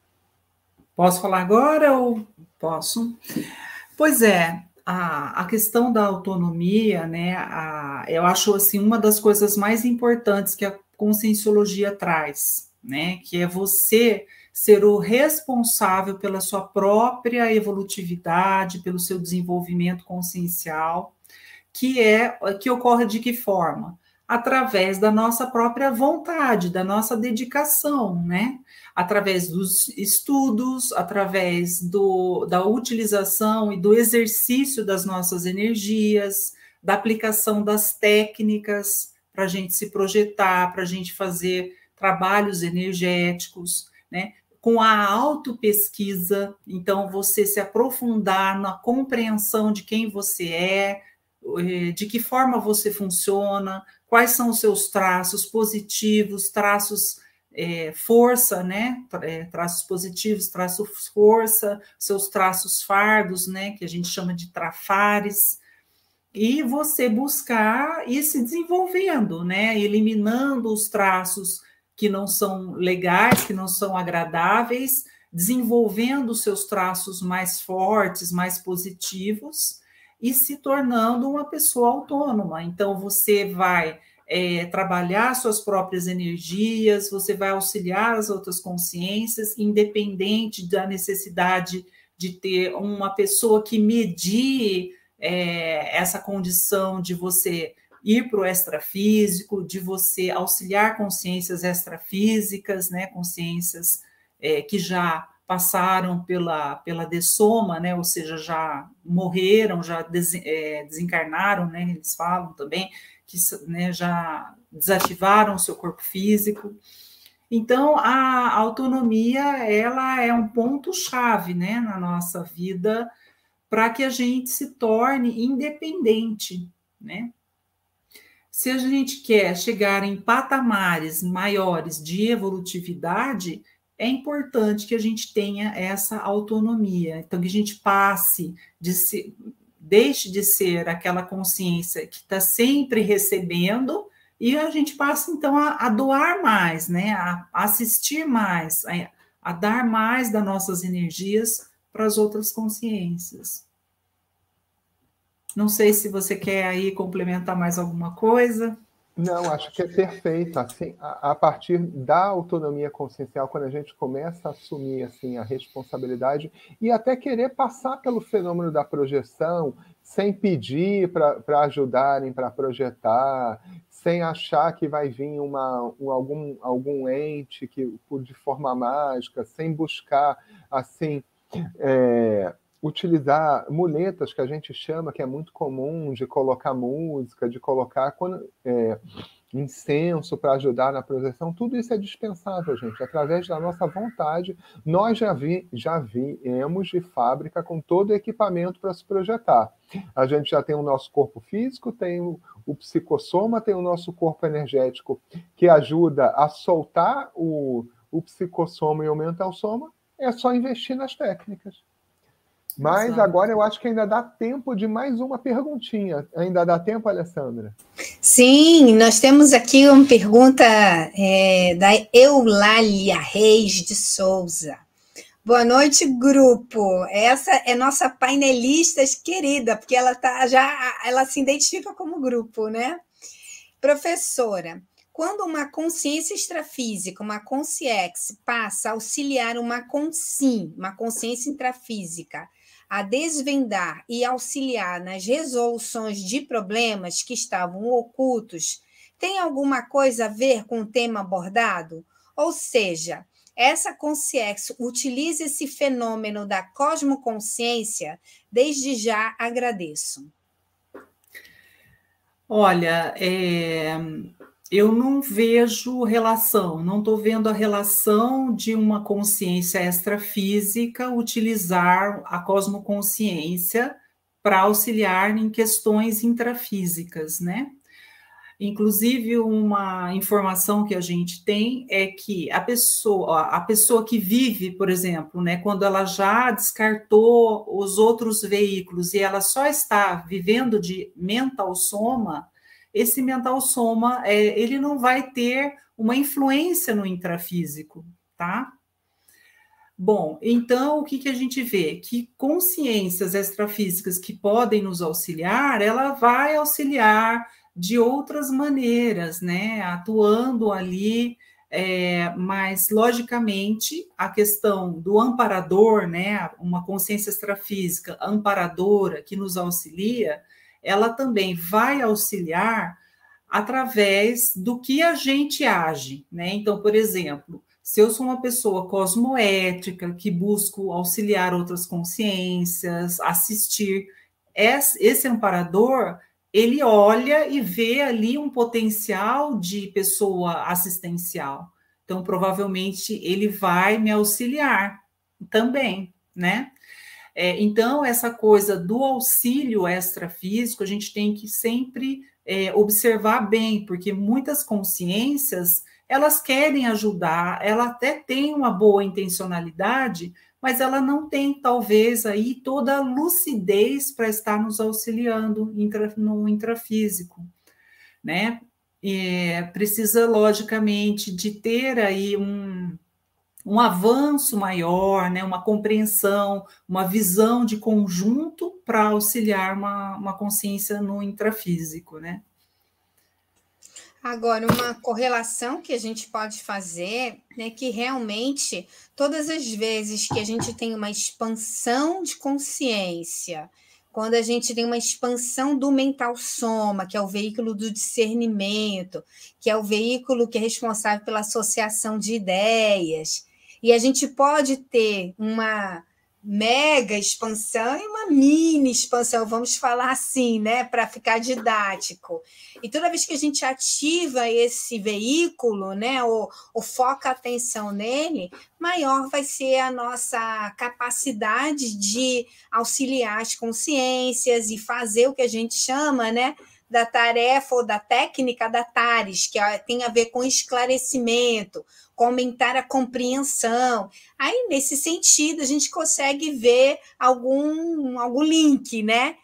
Posso falar agora ou posso? Pois é, a, a questão da autonomia, né, a, eu acho assim, uma das coisas mais importantes que a conscienciologia traz, né, que é você ser o responsável pela sua própria evolutividade, pelo seu desenvolvimento consciencial, que é que ocorre de que forma? Através da nossa própria vontade, da nossa dedicação, né? Através dos estudos, através do, da utilização e do exercício das nossas energias, da aplicação das técnicas para a gente se projetar, para a gente fazer trabalhos energéticos, né? Com a autopesquisa, então você se aprofundar na compreensão de quem você é, de que forma você funciona, quais são os seus traços positivos, traços é, força, né? Traços positivos, traços força, seus traços fardos, né? Que a gente chama de trafares, e você buscar ir se desenvolvendo, né? Eliminando os traços que não são legais, que não são agradáveis, desenvolvendo seus traços mais fortes, mais positivos e se tornando uma pessoa autônoma. Então, você vai é, trabalhar suas próprias energias, você vai auxiliar as outras consciências, independente da necessidade de ter uma pessoa que medie é, essa condição de você ir para o extrafísico, de você auxiliar consciências extrafísicas, né, consciências é, que já passaram pela, pela dessoma, né, ou seja, já morreram, já des, é, desencarnaram, né, eles falam também, que né, já desativaram o seu corpo físico. Então, a autonomia, ela é um ponto-chave, né, na nossa vida, para que a gente se torne independente, né? Se a gente quer chegar em patamares maiores de evolutividade, é importante que a gente tenha essa autonomia. Então, que a gente passe de ser, deixe de ser aquela consciência que está sempre recebendo e a gente passe, então, a, a doar mais, né? A, a assistir mais, a, a dar mais das nossas energias para as outras consciências. Não sei se você quer aí complementar mais alguma coisa. Não, acho que é perfeito. Assim, a, a partir da autonomia consciencial, quando a gente começa a assumir assim, a responsabilidade e até querer passar pelo fenômeno da projeção, sem pedir para ajudarem, para projetar, sem achar que vai vir uma, um, algum, algum ente que, de forma mágica, sem buscar assim. É, utilizar muletas que a gente chama, que é muito comum, de colocar música, de colocar quando, é, incenso para ajudar na projeção, tudo isso é dispensável, gente. Através da nossa vontade, nós já, vi, já viemos de fábrica com todo o equipamento para se projetar. A gente já tem o nosso corpo físico, tem o, o psicossoma, tem o nosso corpo energético, que ajuda a soltar o, o psicossoma e aumentar o soma. É só investir nas técnicas. Mas Exato. Agora eu acho que ainda dá tempo de mais uma perguntinha. Ainda dá tempo, Alessandra? Sim, nós temos aqui uma pergunta é, da Eulália Reis de Souza. Boa noite, grupo. Essa é nossa painelista querida, porque ela, tá, já, ela se identifica como grupo, né? Professora, quando uma consciência extrafísica, uma consciex, passa a auxiliar uma consim, uma consciência intrafísica, a desvendar e auxiliar nas resoluções de problemas que estavam ocultos, tem alguma coisa a ver com o tema abordado? Ou seja, essa consciex utiliza esse fenômeno da cosmoconsciência? Desde já agradeço. Olha, é... eu não vejo relação, não estou vendo a relação de uma consciência extrafísica utilizar a cosmoconsciência para auxiliar em questões intrafísicas, né? Inclusive, uma informação que a gente tem é que a pessoa, a pessoa que vive, por exemplo, né, quando ela já descartou os outros veículos e ela só está vivendo de mental soma, esse mental soma, é, ele não vai ter uma influência no intrafísico, tá? Bom, então, o que, que a gente vê? Que consciências extrafísicas que podem nos auxiliar, ela vai auxiliar de outras maneiras, né? Atuando ali, é, mas, logicamente, a questão do amparador, né? Uma consciência extrafísica amparadora que nos auxilia, ela também vai auxiliar através do que a gente age, né? Então, por exemplo, se eu sou uma pessoa cosmoética, que busco auxiliar outras consciências, assistir, esse amparador, ele olha e vê ali um potencial de pessoa assistencial. Então, provavelmente, ele vai me auxiliar também, né? É, então, essa coisa do auxílio extrafísico, a gente tem que sempre é, observar bem, porque muitas consciências, elas querem ajudar, ela até tem uma boa intencionalidade, mas ela não tem, talvez, aí toda a lucidez para estar nos auxiliando intra, no intrafísico, né? é, precisa, logicamente, de ter aí um, um avanço maior, né, uma compreensão, uma visão de conjunto para auxiliar uma, uma consciência no intrafísico, né? Agora, uma correlação que a gente pode fazer é que realmente, todas as vezes que a gente tem uma expansão de consciência, quando a gente tem uma expansão do mental soma, que é o veículo do discernimento, que é o veículo que é responsável pela associação de ideias, e a gente pode ter uma mega expansão e uma mini expansão, vamos falar assim, né, para ficar didático. E toda vez que a gente ativa esse veículo, né, ou, ou foca a atenção nele, maior vai ser a nossa capacidade de auxiliar as consciências e fazer o que a gente chama, né, da tarefa ou da técnica da TARES, que tem a ver com esclarecimento, com aumentar a compreensão. Aí, nesse sentido, a gente consegue ver algum, algum link, né?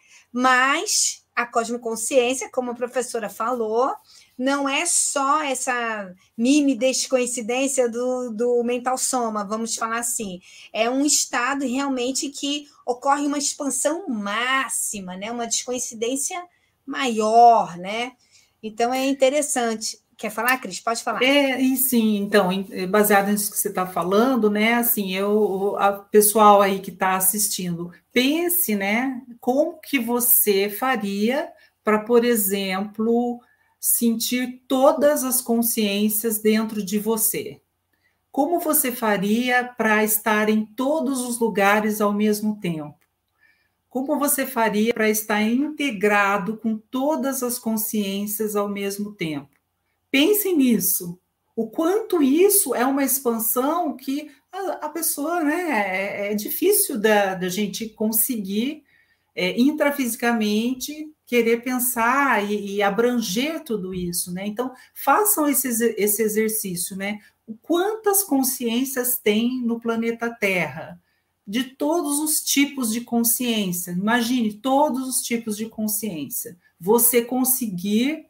Mas a cosmoconsciência, como a professora falou, não é só essa mini descoincidência do, do mental soma, vamos falar assim. É um estado realmente que ocorre uma expansão máxima, né? Uma descoincidência maior, né? Então, é interessante. Quer falar, Cris? Pode falar. É, e sim, então, baseado nisso que você está falando, né, assim, eu, a pessoal aí que está assistindo, pense, né, como que você faria para, por exemplo, sentir todas as consciências dentro de você? Como você faria para estar em todos os lugares ao mesmo tempo? Como você faria para estar integrado com todas as consciências ao mesmo tempo? Pensem nisso. O quanto isso é uma expansão que a, a pessoa, né, é, é difícil da, da gente conseguir é, intrafisicamente querer pensar e, e abranger tudo isso, né? Então, façam esse, esse exercício, né? Quantas consciências tem no planeta Terra? De todos os tipos de consciência. Imagine todos os tipos de consciência. Você conseguir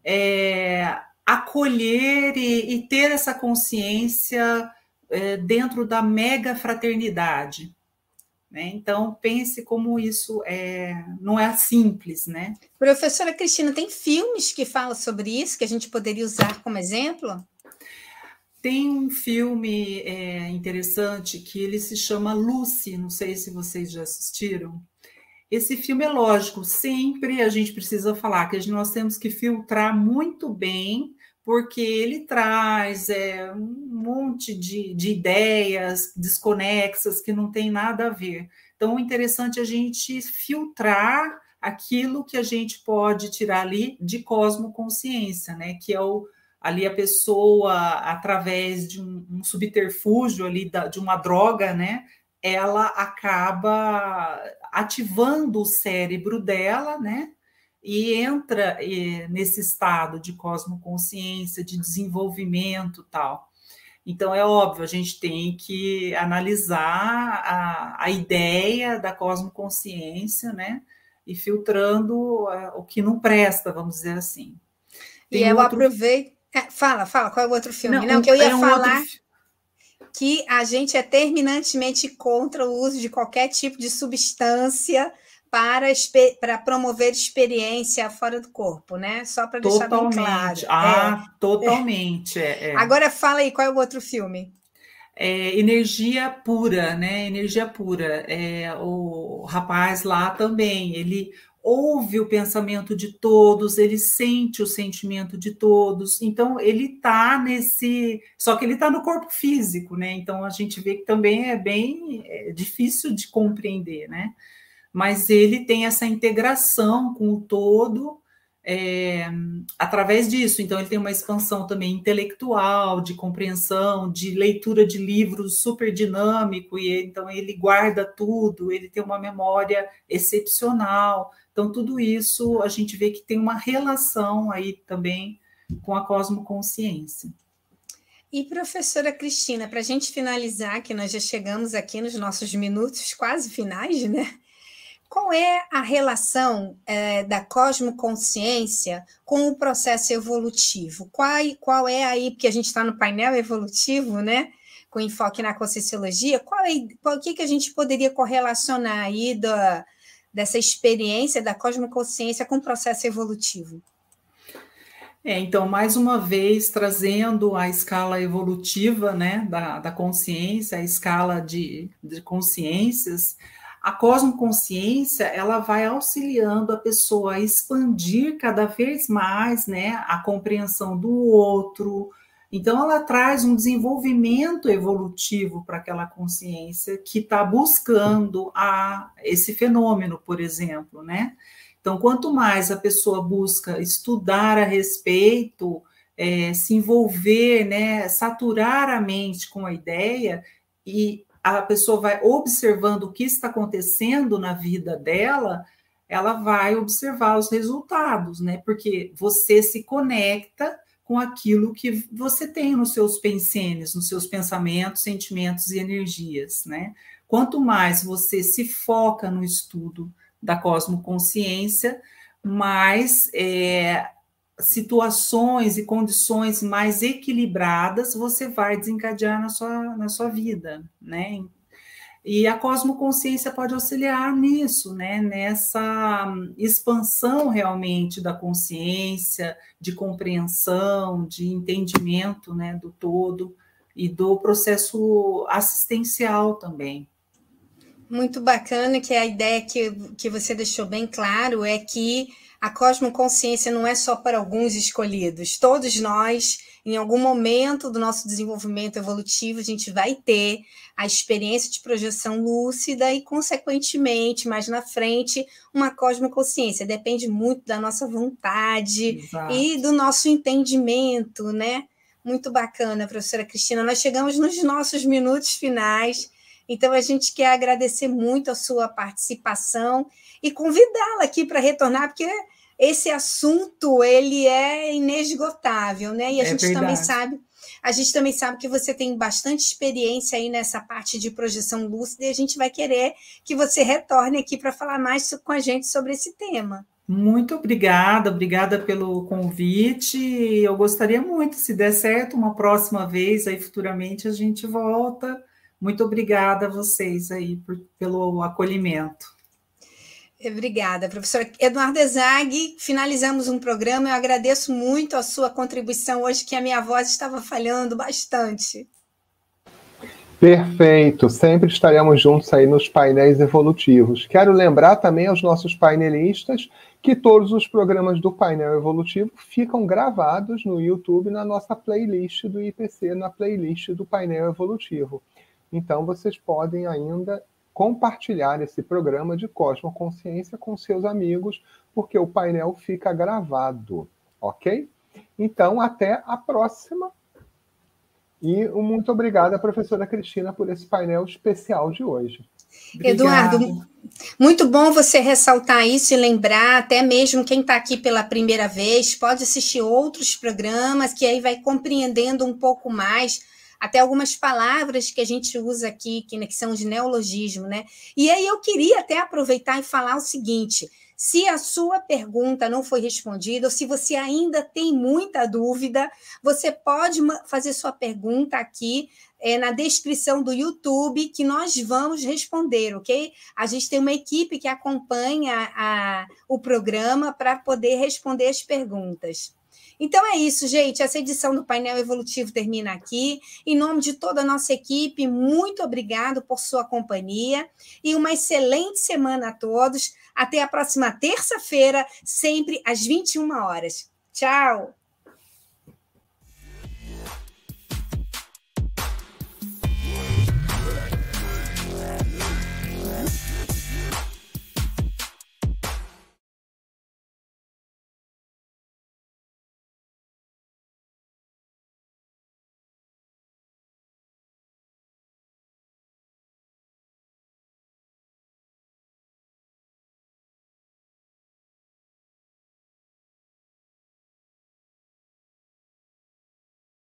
é, acolher e, e ter essa consciência é, dentro da mega fraternidade. Né? Então, pense como isso é, não é simples, né? Professora Cristina, tem filmes que falam sobre isso, que a gente poderia usar como exemplo? Tem um filme é, interessante que ele se chama Lucy, não sei se vocês já assistiram. Esse filme é lógico, sempre a gente precisa falar que nós temos que filtrar muito bem, porque ele traz é, um monte de, de ideias desconexas que não tem nada a ver. Então, o interessante é a gente filtrar aquilo que a gente pode tirar ali de cosmoconsciência, né? Que é o, ali a pessoa, através de um, um subterfúgio ali da, de uma droga, né? Ela acaba ativando o cérebro dela, né? E entra nesse estado de cosmoconsciência, de desenvolvimento tal. Então, é óbvio, a gente tem que analisar a, a ideia da cosmoconsciência, né? E filtrando o que não presta, vamos dizer assim. Tem e eu outro... aproveito... É, fala, fala, qual é o outro filme? Não, não que eu ia é um falar... Outro... que a gente é terminantemente contra o uso de qualquer tipo de substância para, para promover experiência fora do corpo, né? Só para deixar bem claro. Ah, é. totalmente. É, é. Agora fala aí, qual é o outro filme? É, energia pura, né? Energia pura. É, o rapaz lá também, ele ouve o pensamento de todos, ele sente o sentimento de todos, então ele está nesse, só que ele está no corpo físico, né? Então a gente vê que também é bem é difícil de compreender, né? Mas ele tem essa integração com o todo é, através disso. Então ele tem uma expansão também intelectual, de compreensão, de leitura de livros super dinâmico, e ele, então ele guarda tudo, ele tem uma memória excepcional. Então, tudo isso a gente vê que tem uma relação aí também com a cosmoconsciência. E, professora Cristina, para a gente finalizar, que nós já chegamos aqui nos nossos minutos quase finais, né? qual é a relação é, da cosmoconsciência com o processo evolutivo? Qual, qual é aí, porque a gente está no painel evolutivo, né? Com enfoque na Conscienciologia, qual é, qual, o que, que a gente poderia correlacionar aí da, dessa experiência da cosmoconsciência com o processo evolutivo? É, então, mais uma vez, trazendo a escala evolutiva, né, da, da consciência, a escala de, de consciências, a cosmoconsciência, ela vai auxiliando a pessoa a expandir cada vez mais, né, a compreensão do outro. Então, ela traz um desenvolvimento evolutivo para aquela consciência que está buscando a, esse fenômeno, por exemplo, né? Então, quanto mais a pessoa busca estudar a respeito, é, se envolver, né, saturar a mente com a ideia, e a pessoa vai observando o que está acontecendo na vida dela, ela vai observar os resultados, né? Porque você se conecta com aquilo que você tem nos seus pensenes, nos seus pensamentos, sentimentos e energias, né? Quanto mais você se foca no estudo da cosmoconsciência, mais é, situações e condições mais equilibradas você vai desencadear na sua, na sua vida, né? E a cosmoconsciência pode auxiliar nisso, né? Nessa expansão realmente da consciência, de compreensão, de entendimento, né, do todo e do processo assistencial também. Muito bacana, que a ideia que, que você deixou bem claro é que a cosmoconsciência não é só para alguns escolhidos. Todos nós, em algum momento do nosso desenvolvimento evolutivo, a gente vai ter a experiência de projeção lúcida e, consequentemente, mais na frente, uma cosmoconsciência. Depende muito da nossa vontade. Exato. E do nosso entendimento, né? Muito bacana, professora Cristina. Nós chegamos nos nossos minutos finais. Então, a gente quer agradecer muito a sua participação e convidá-la aqui para retornar, porque esse assunto ele é inesgotável, né? E a é gente verdade. também sabe, a gente também sabe que você tem bastante experiência aí nessa parte de projeção lúcida, e a gente vai querer que você retorne aqui para falar mais com a gente sobre esse tema. Muito obrigada, obrigada pelo convite. Eu gostaria muito, se der certo, uma próxima vez, aí futuramente a gente volta. Muito obrigada a vocês aí por, pelo acolhimento. Obrigada, professora Eduarda Zag. Finalizamos um programa. Eu agradeço muito a sua contribuição hoje, que a minha voz estava falhando bastante. Perfeito. Sempre estaremos juntos aí nos painéis evolutivos. Quero lembrar também aos nossos painelistas que todos os programas do painel evolutivo ficam gravados no YouTube na nossa playlist do I P C, na playlist do painel evolutivo. Então, vocês podem ainda compartilhar esse programa de cosmoconsciência com seus amigos, porque o painel fica gravado, ok? Então, até a próxima. E muito obrigada, professora Cristina, por esse painel especial de hoje. Obrigada. Eduardo, muito bom você ressaltar isso e lembrar, até mesmo quem está aqui pela primeira vez, pode assistir outros programas, que aí vai compreendendo um pouco mais até algumas palavras que a gente usa aqui, que, né, que são os neologismos, né? E aí eu queria até aproveitar e falar o seguinte: se a sua pergunta não foi respondida, ou se você ainda tem muita dúvida, você pode fazer sua pergunta aqui é, na descrição do YouTube, que nós vamos responder, ok? A gente tem uma equipe que acompanha a, o programa para poder responder as perguntas. Então é isso, gente. Essa edição do Painel Evolutivo termina aqui. Em nome de toda a nossa equipe, muito obrigado por sua companhia e uma excelente semana a todos. Até a próxima terça-feira, sempre às vinte e uma horas. Tchau!